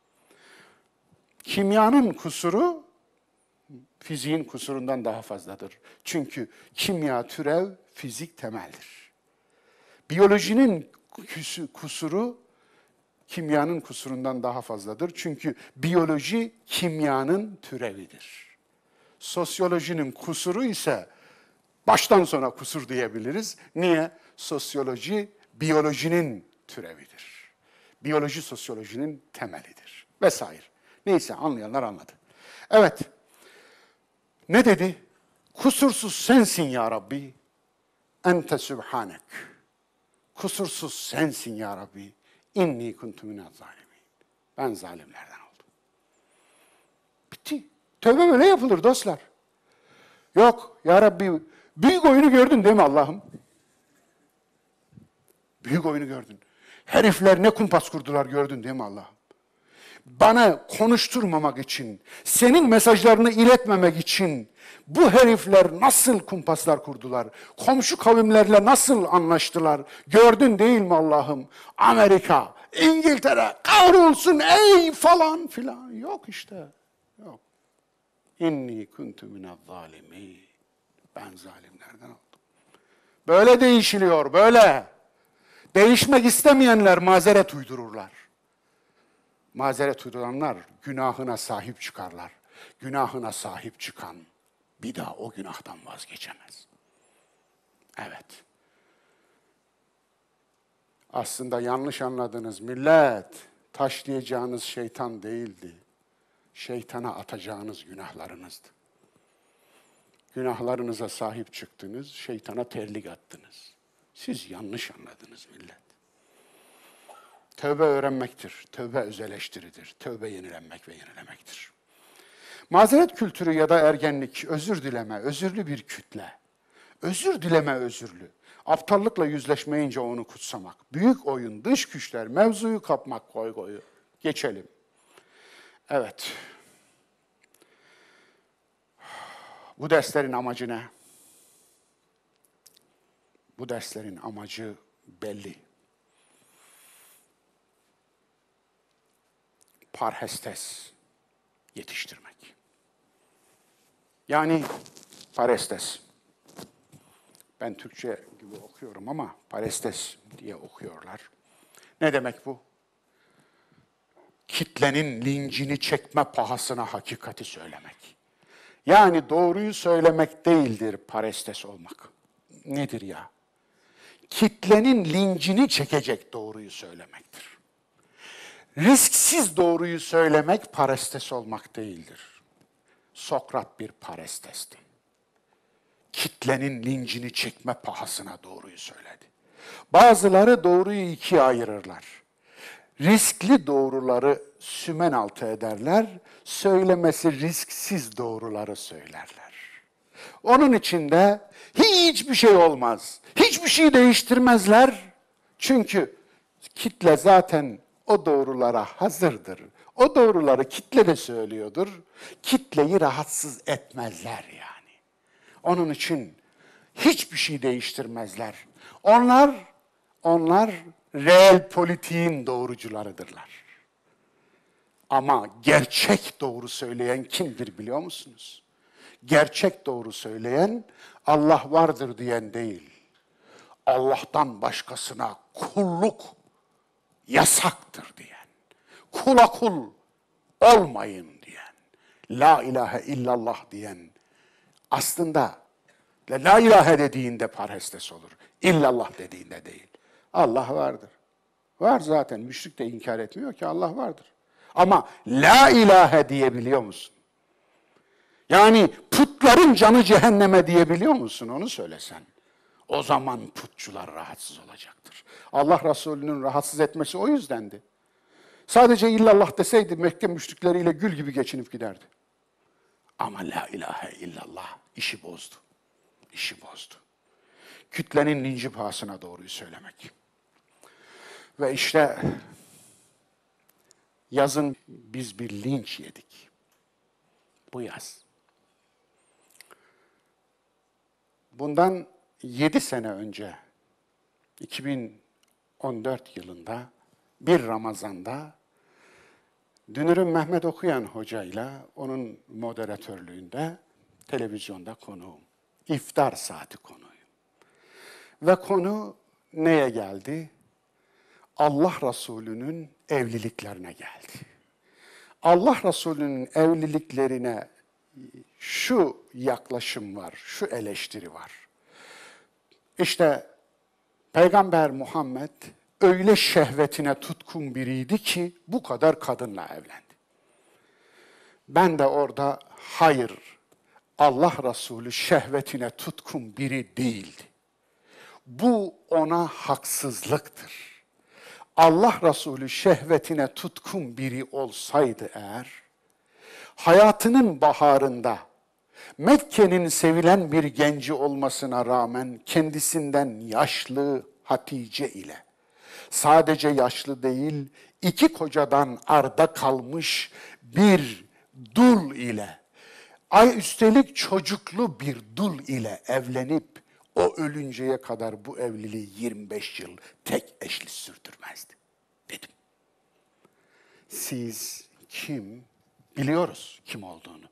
Kimyanın kusuru fiziğin kusurundan daha fazladır. Çünkü kimya türev, fizik temeldir. Biyolojinin kusuru kimyanın kusurundan daha fazladır. Çünkü biyoloji kimyanın türevidir. Sosyolojinin kusuru ise baştan sona kusur diyebiliriz. Niye? Sosyoloji biyolojinin türevidir. Biyoloji sosyolojinin temelidir. Vesaire. Neyse anlayanlar anladı. Evet. Ne dedi? Kusursuz sensin ya Rabbi. Ente sübhanek. Kusursuz sensin ya Rabbi. İnni kuntu minez zalimin. Ben zalimlerden oldum. Bitti. Tövbe böyle yapılır dostlar. Yok ya Rabbi, büyük oyunu gördün değil mi Allah'ım? Büyük oyunu gördün. Herifler ne kumpas kurdular gördün değil mi Allah'ım? Bana konuşturmamak için, senin mesajlarını iletmemek için bu herifler nasıl kumpaslar kurdular? Komşu kavimlerle nasıl anlaştılar? Gördün değil mi Allah'ım? Amerika, İngiltere, kahrolsun ey falan filan. Yok işte. Yok. İnni kuntu minez zalimin. Ben zalimlerden oldum. Böyle değişiliyor, böyle. Değişmek istemeyenler mazeret uydururlar. Mazeret uyduranlar günahına sahip çıkarlar. Günahına sahip çıkan bir daha o günahtan vazgeçemez. Evet. Aslında yanlış anladınız millet. Taşlayacağınız şeytan değildi. Şeytana atacağınız günahlarınızdı. Günahlarınıza sahip çıktınız, şeytana terlik attınız. Siz yanlış anladınız millet. Tövbe öğrenmektir, tövbe öz eleştiridir, tövbe yenilenmek ve yenilemektir. Mazeret kültürü ya da ergenlik, özür dileme, özürlü bir kütle. Özür dileme özürlü. Aptallıkla yüzleşmeyince onu kutsamak. Büyük oyun, dış güçler, mevzuyu kapmak, koy koyu. Geçelim. Evet. Bu derslerin amacı ne? Bu derslerin amacı belli. Parhestes yetiştirmek. Yani parestes. Ben Türkçe gibi okuyorum ama parestes diye okuyorlar. Ne demek bu? Kitlenin lincini çekme pahasına hakikati söylemek. Yani doğruyu söylemek değildir parestes olmak. Nedir ya? Kitlenin lincini çekecek doğruyu söylemektir. Risksiz doğruyu söylemek parestes olmak değildir. Sokrat bir parestesti. Kitlenin lincini çekme pahasına doğruyu söyledi. Bazıları doğruyu ikiye ayırırlar. Riskli doğruları sümen altı ederler, söylemesi risksiz doğruları söylerler. Onun için de hiçbir şey olmaz, hiçbir şey değiştirmezler. Çünkü kitle zaten o doğrulara hazırdır. O doğruları kitle de söylüyordur. Kitleyi rahatsız etmezler yani. Onun için hiçbir şey değiştirmezler. Onlar, onlar reel politiğin doğrucularıdırlar. Ama gerçek doğru söyleyen kimdir biliyor musunuz? Gerçek doğru söyleyen Allah vardır diyen değil. Allah'tan başkasına kulluk yasaktır diyen. Kula kul olmayın diyen. La ilahe illallah diyen. Aslında la ilahe dediğinde parhestes olur. İllallah dediğinde değil. Allah vardır. Var zaten. Müşrik de inkar etmiyor ki Allah vardır. Ama la ilahe diyebiliyor musun? Yani putların canı cehenneme diyebiliyor musun? Onu söylesen. O zaman putçular rahatsız olacaktır. Allah Resulü'nün rahatsız etmesi o yüzdendi. Sadece illallah deseydi Mekke müşrikleriyle gül gibi geçinip giderdi. Ama la ilahe illallah işi bozdu. İşi bozdu. Kütlenin linci pahasına doğruyu söylemek. Ve işte yazın biz bir linç yedik. Bu yaz. Bundan yedi sene önce, iki bin on dört yılında bir Ramazan'da Dünürüm Mehmet Okuyan hocayla onun moderatörlüğünde televizyonda konuğum. İftar saati konuğuyum. Ve konu neye geldi? Allah Resulü'nün evliliklerine geldi. Allah Resulü'nün evliliklerine şu yaklaşım var, şu eleştiri var. İşte Peygamber Muhammed öyle şehvetine tutkun biriydi ki bu kadar kadınla evlendi. Ben de orada hayır, Allah Resulü şehvetine tutkun biri değildi. Bu ona haksızlıktır. Allah Resulü şehvetine tutkun biri olsaydı eğer, hayatının baharında Mekke'nin sevilen bir genci olmasına rağmen kendisinden yaşlı Hatice ile, sadece yaşlı değil, iki kocadan arda kalmış bir dul ile, ay üstelik çocuklu bir dul ile evlenip o ölünceye kadar bu evliliği yirmi beş yıl tek eşli sürdürmezdi dedim. Siz kim? Biliyoruz kim olduğunu.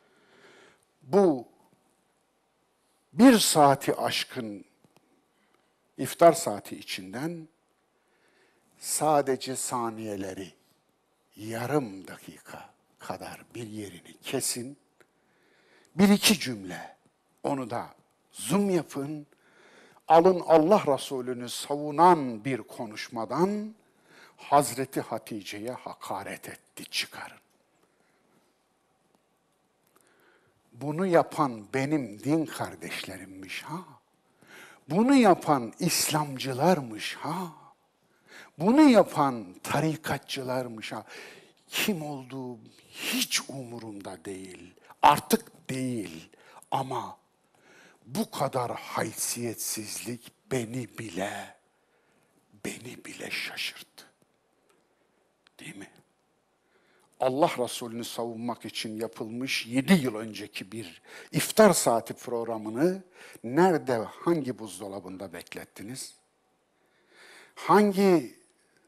Bu bir saati aşkın iftar saati içinden sadece saniyeleri, yarım dakika kadar bir yerini kesin, bir iki cümle, onu da zoom yapın, alın Allah Resulü'nü savunan bir konuşmadan Hazreti Hatice'ye hakaret etti, çıkarın. Bunu yapan benim din kardeşlerimmiş ha. Bunu yapan İslamcılarmış ha. Bunu yapan tarikatçılarmış ha. Kim olduğu hiç umurumda değil. Artık değil. Ama bu kadar haysiyetsizlik beni bile, beni bile şaşırttı. Değil mi? Allah Resulü'nü savunmak için yapılmış yedi yıl önceki bir iftar saati programını nerede, hangi buzdolabında beklettiniz? Hangi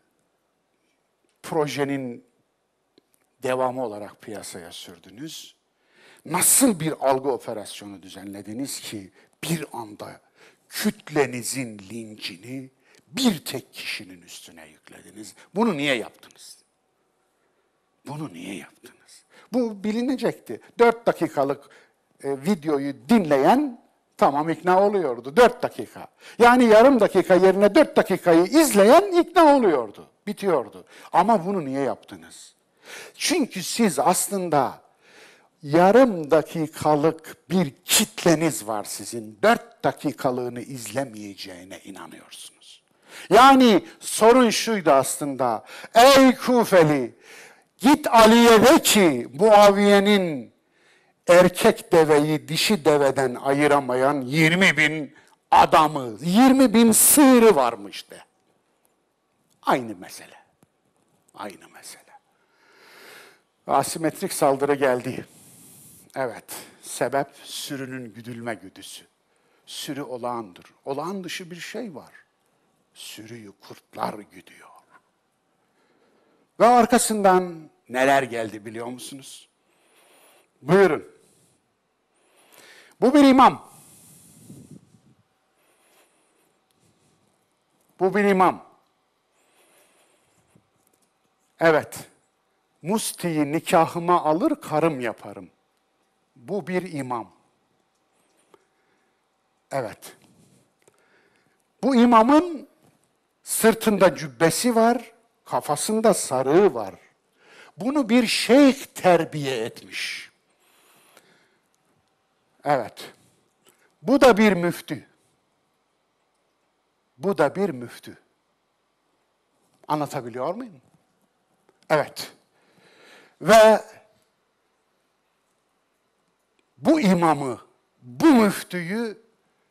projenin devamı olarak piyasaya sürdünüz? Nasıl bir algı operasyonu düzenlediniz ki bir anda kütlenizin lincini bir tek kişinin üstüne yüklediniz? Bunu niye yaptınız? Bunu niye yaptınız? Bu bilinecekti. Dört dakikalık e, videoyu dinleyen tamam ikna oluyordu. Dört dakika. Yani yarım dakika yerine dört dakikayı izleyen ikna oluyordu. Bitiyordu. Ama bunu niye yaptınız? Çünkü siz aslında yarım dakikalık bir kitleniz var sizin. Dört dakikalığını izlemeyeceğine inanıyorsunuz. Yani sorun şuydu aslında. Ey Kufeli, git Ali'ye de ki Muaviye'nin erkek deveyi dişi deveden ayıramayan yirmi bin adamı, yirmi bin sığırı varmış de. Aynı mesele. Aynı mesele. Asimetrik saldırı geldi. Evet, sebep sürünün güdülme güdüsü. Sürü olağandır. Olağan dışı bir şey var. Sürüyü kurtlar güdüyor. Ve arkasından neler geldi biliyor musunuz? Buyurun. Bu bir imam. Bu bir imam. Evet. Musti'yi nikahıma alır karım yaparım. Bu bir imam. Evet. Bu imamın sırtında cübbesi var, kafasında sarığı var. Bunu bir şeyh terbiye etmiş. Evet. Bu da bir müftü. Bu da bir müftü. Anlatabiliyor muyum? Evet. Ve bu imamı, bu müftüyü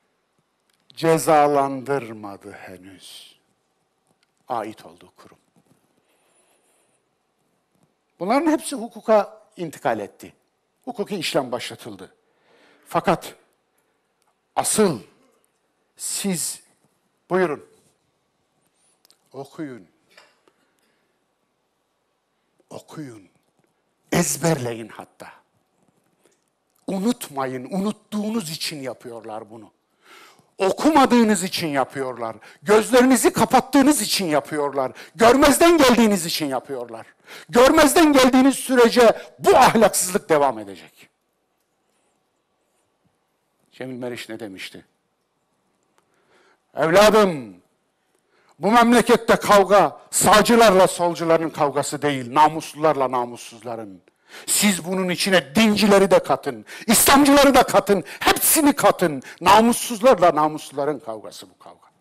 cezalandırmadı henüz. Ait olduğu kurum. Bunların hepsi hukuka intikal etti. hukuki işlem başlatıldı. Fakat asıl siz buyurun, okuyun, okuyun, ezberleyin hatta. Unutmayın, unuttuğunuz için yapıyorlar bunu. Okumadığınız için yapıyorlar. Gözlerinizi kapattığınız için yapıyorlar. Görmezden geldiğiniz için yapıyorlar. Görmezden geldiğiniz sürece bu ahlaksızlık devam edecek. Cemil Meriç ne demişti? Evladım, bu memlekette kavga sağcılarla solcuların kavgası değil, namuslularla namussuzların. Siz bunun içine dincileri de katın, İslamcıları da katın, hepsini katın. Namussuzlarla namusluların kavgası bu kavga.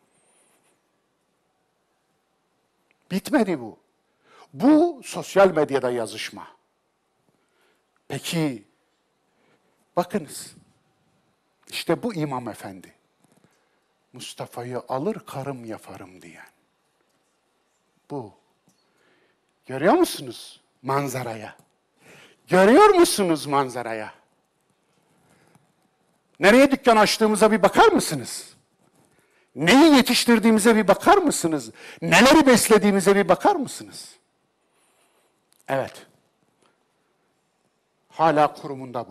Bitmedi bu. Bu sosyal medyada yazışma. Peki, bakınız, işte bu İmam Efendi. Mustafa'yı alır karım yaparım diyen. Bu. Görüyor musunuz manzaraya? Görüyor musunuz manzaraya? Nereye dükkan açtığımıza bir bakar mısınız? Neyi yetiştirdiğimize bir bakar mısınız? Neleri beslediğimize bir bakar mısınız? Evet. Hala kurumunda bu.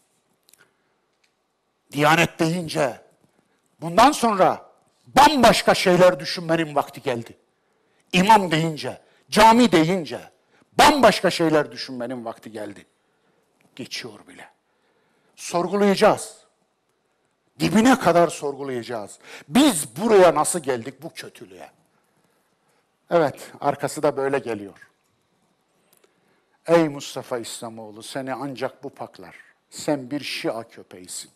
Diyanet deyince bundan sonra bambaşka şeyler düşünmenin vakti geldi. İmam deyince, cami deyince bambaşka şeyler düşünmenin vakti geldi. Geçiyor bile. Sorgulayacağız. Dibine kadar sorgulayacağız. Biz buraya nasıl geldik bu kötülüğe? Evet, arkası da böyle geliyor. Ey Mustafa İslamoğlu, seni ancak bu paklar. Sen bir Şia köpeğisin.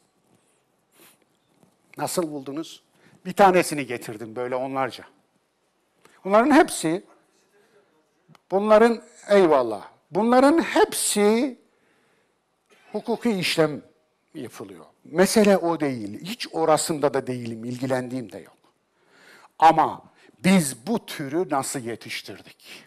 Nasıl buldunuz? Bir tanesini getirdim böyle onlarca. Bunların hepsi, bunların eyvallah, bunların hepsi hukuki işlem yapılıyor. Mesele o değil. Hiç orasında da değilim, ilgilendiğim de yok. Ama biz bu türü nasıl yetiştirdik?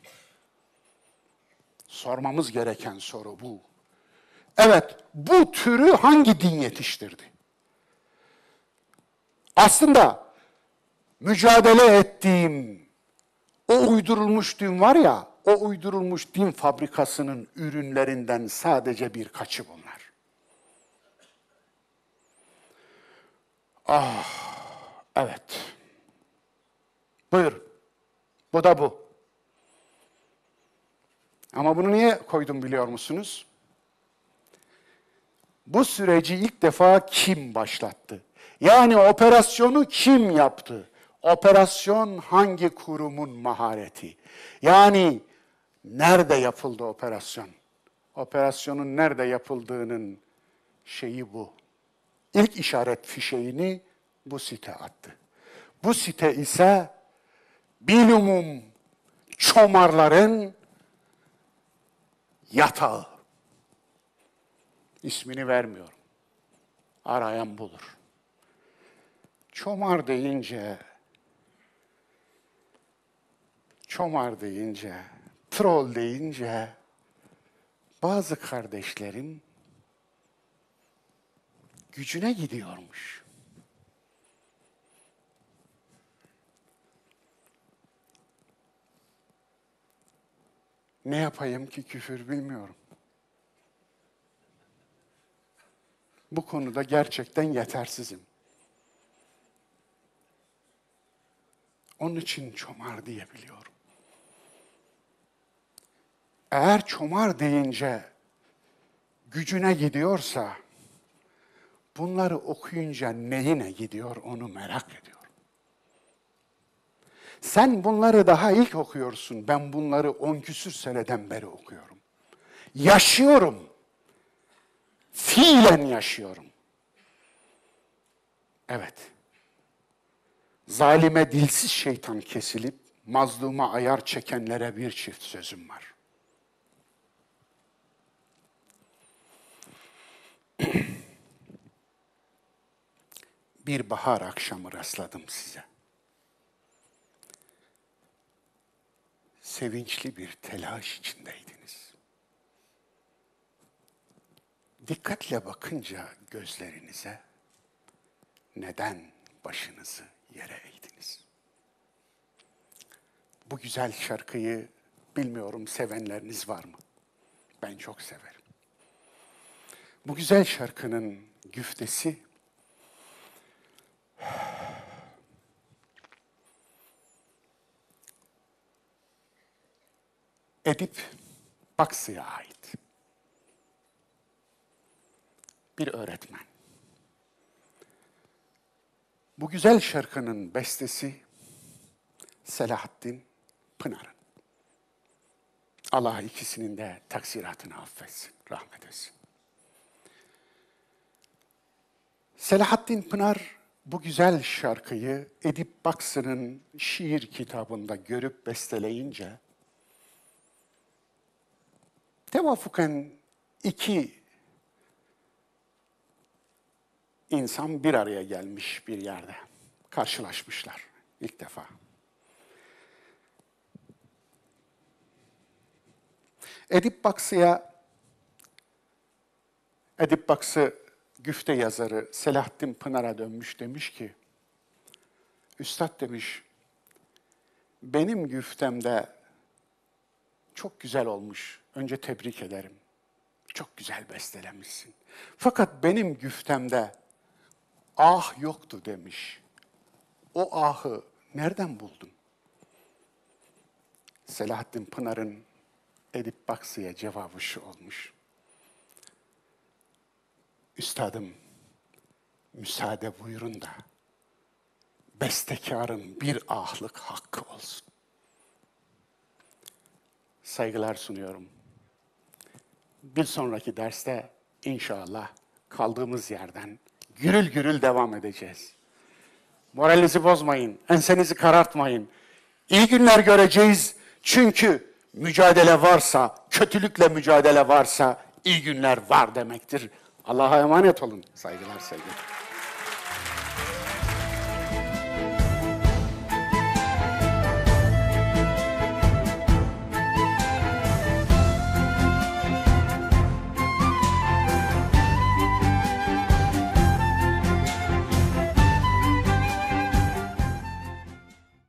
Sormamız gereken soru bu. Evet, bu türü hangi din yetiştirdi? Aslında mücadele ettiğim o uydurulmuş din var ya, o uydurulmuş din fabrikasının ürünlerinden sadece birkaçı bunlar. Ah, evet. Buyurun. Bu da bu. Ama bunu niye koydum biliyor musunuz? Bu süreci ilk defa kim başlattı? Yani operasyonu kim yaptı? Operasyon hangi kurumun mahareti? Yani nerede yapıldı operasyon? Operasyonun nerede yapıldığının şeyi bu. İlk işaret fişeğini bu site attı. Bu site ise bilumum çomarların yatağı. İsmini vermiyorum. Arayan bulur. Çomar deyince, çomar deyince, troll deyince bazı kardeşlerin gücüne gidiyormuş. Ne yapayım ki küfür bilmiyorum. Bu konuda gerçekten yetersizim. Onun için çomar diyebiliyorum. Eğer çomar deyince gücüne gidiyorsa, bunları okuyunca neyine gidiyor onu merak ediyorum. Sen bunları daha ilk okuyorsun, ben bunları on küsür seneden beri okuyorum. Yaşıyorum. Fiilen yaşıyorum. Evet. Zalime dilsiz şeytan kesilip mazluma ayar çekenlere bir çift sözüm var. Bir bahar akşamı rastladım size. Sevinçli bir telaş içindeydiniz. Dikkatle bakınca gözlerinize, neden başınızı yere eğdiniz? Bu güzel şarkıyı bilmiyorum sevenleriniz var mı? Ben çok severim. Bu güzel şarkının güftesi Edip Baksı'ya ait. Bir öğretmen. Bu güzel şarkının bestesi Selahattin Pınar'ın. Allah ikisinin de taksiratını affetsin, rahmet etsin. Selahattin Pınar bu güzel şarkıyı Edip Baksı'nın şiir kitabında görüp besteleyince tevafuken iki insan bir araya gelmiş bir yerde. Karşılaşmışlar ilk defa. Edip Baksı'ya, Edip Baksı güfte yazarı Selahattin Pınar'a dönmüş demiş ki, Üstad demiş, benim güftemde çok güzel olmuş. Önce tebrik ederim. Çok güzel bestelemişsin. Fakat benim güftemde ah yoktu demiş. O ahı nereden buldun? Selahattin Pınar'ın Edip Baksı'ya cevabı şu olmuş. Üstadım, müsaade buyurun da bestekarın bir ahlık hakkı olsun. Saygılar sunuyorum. Bir sonraki derste inşallah kaldığımız yerden gürül gürül devam edeceğiz. Moralinizi bozmayın, ensenizi karartmayın. İyi günler göreceğiz çünkü mücadele varsa, kötülükle mücadele varsa iyi günler var demektir. Allah'a emanet olun. Saygılar, sevgiler.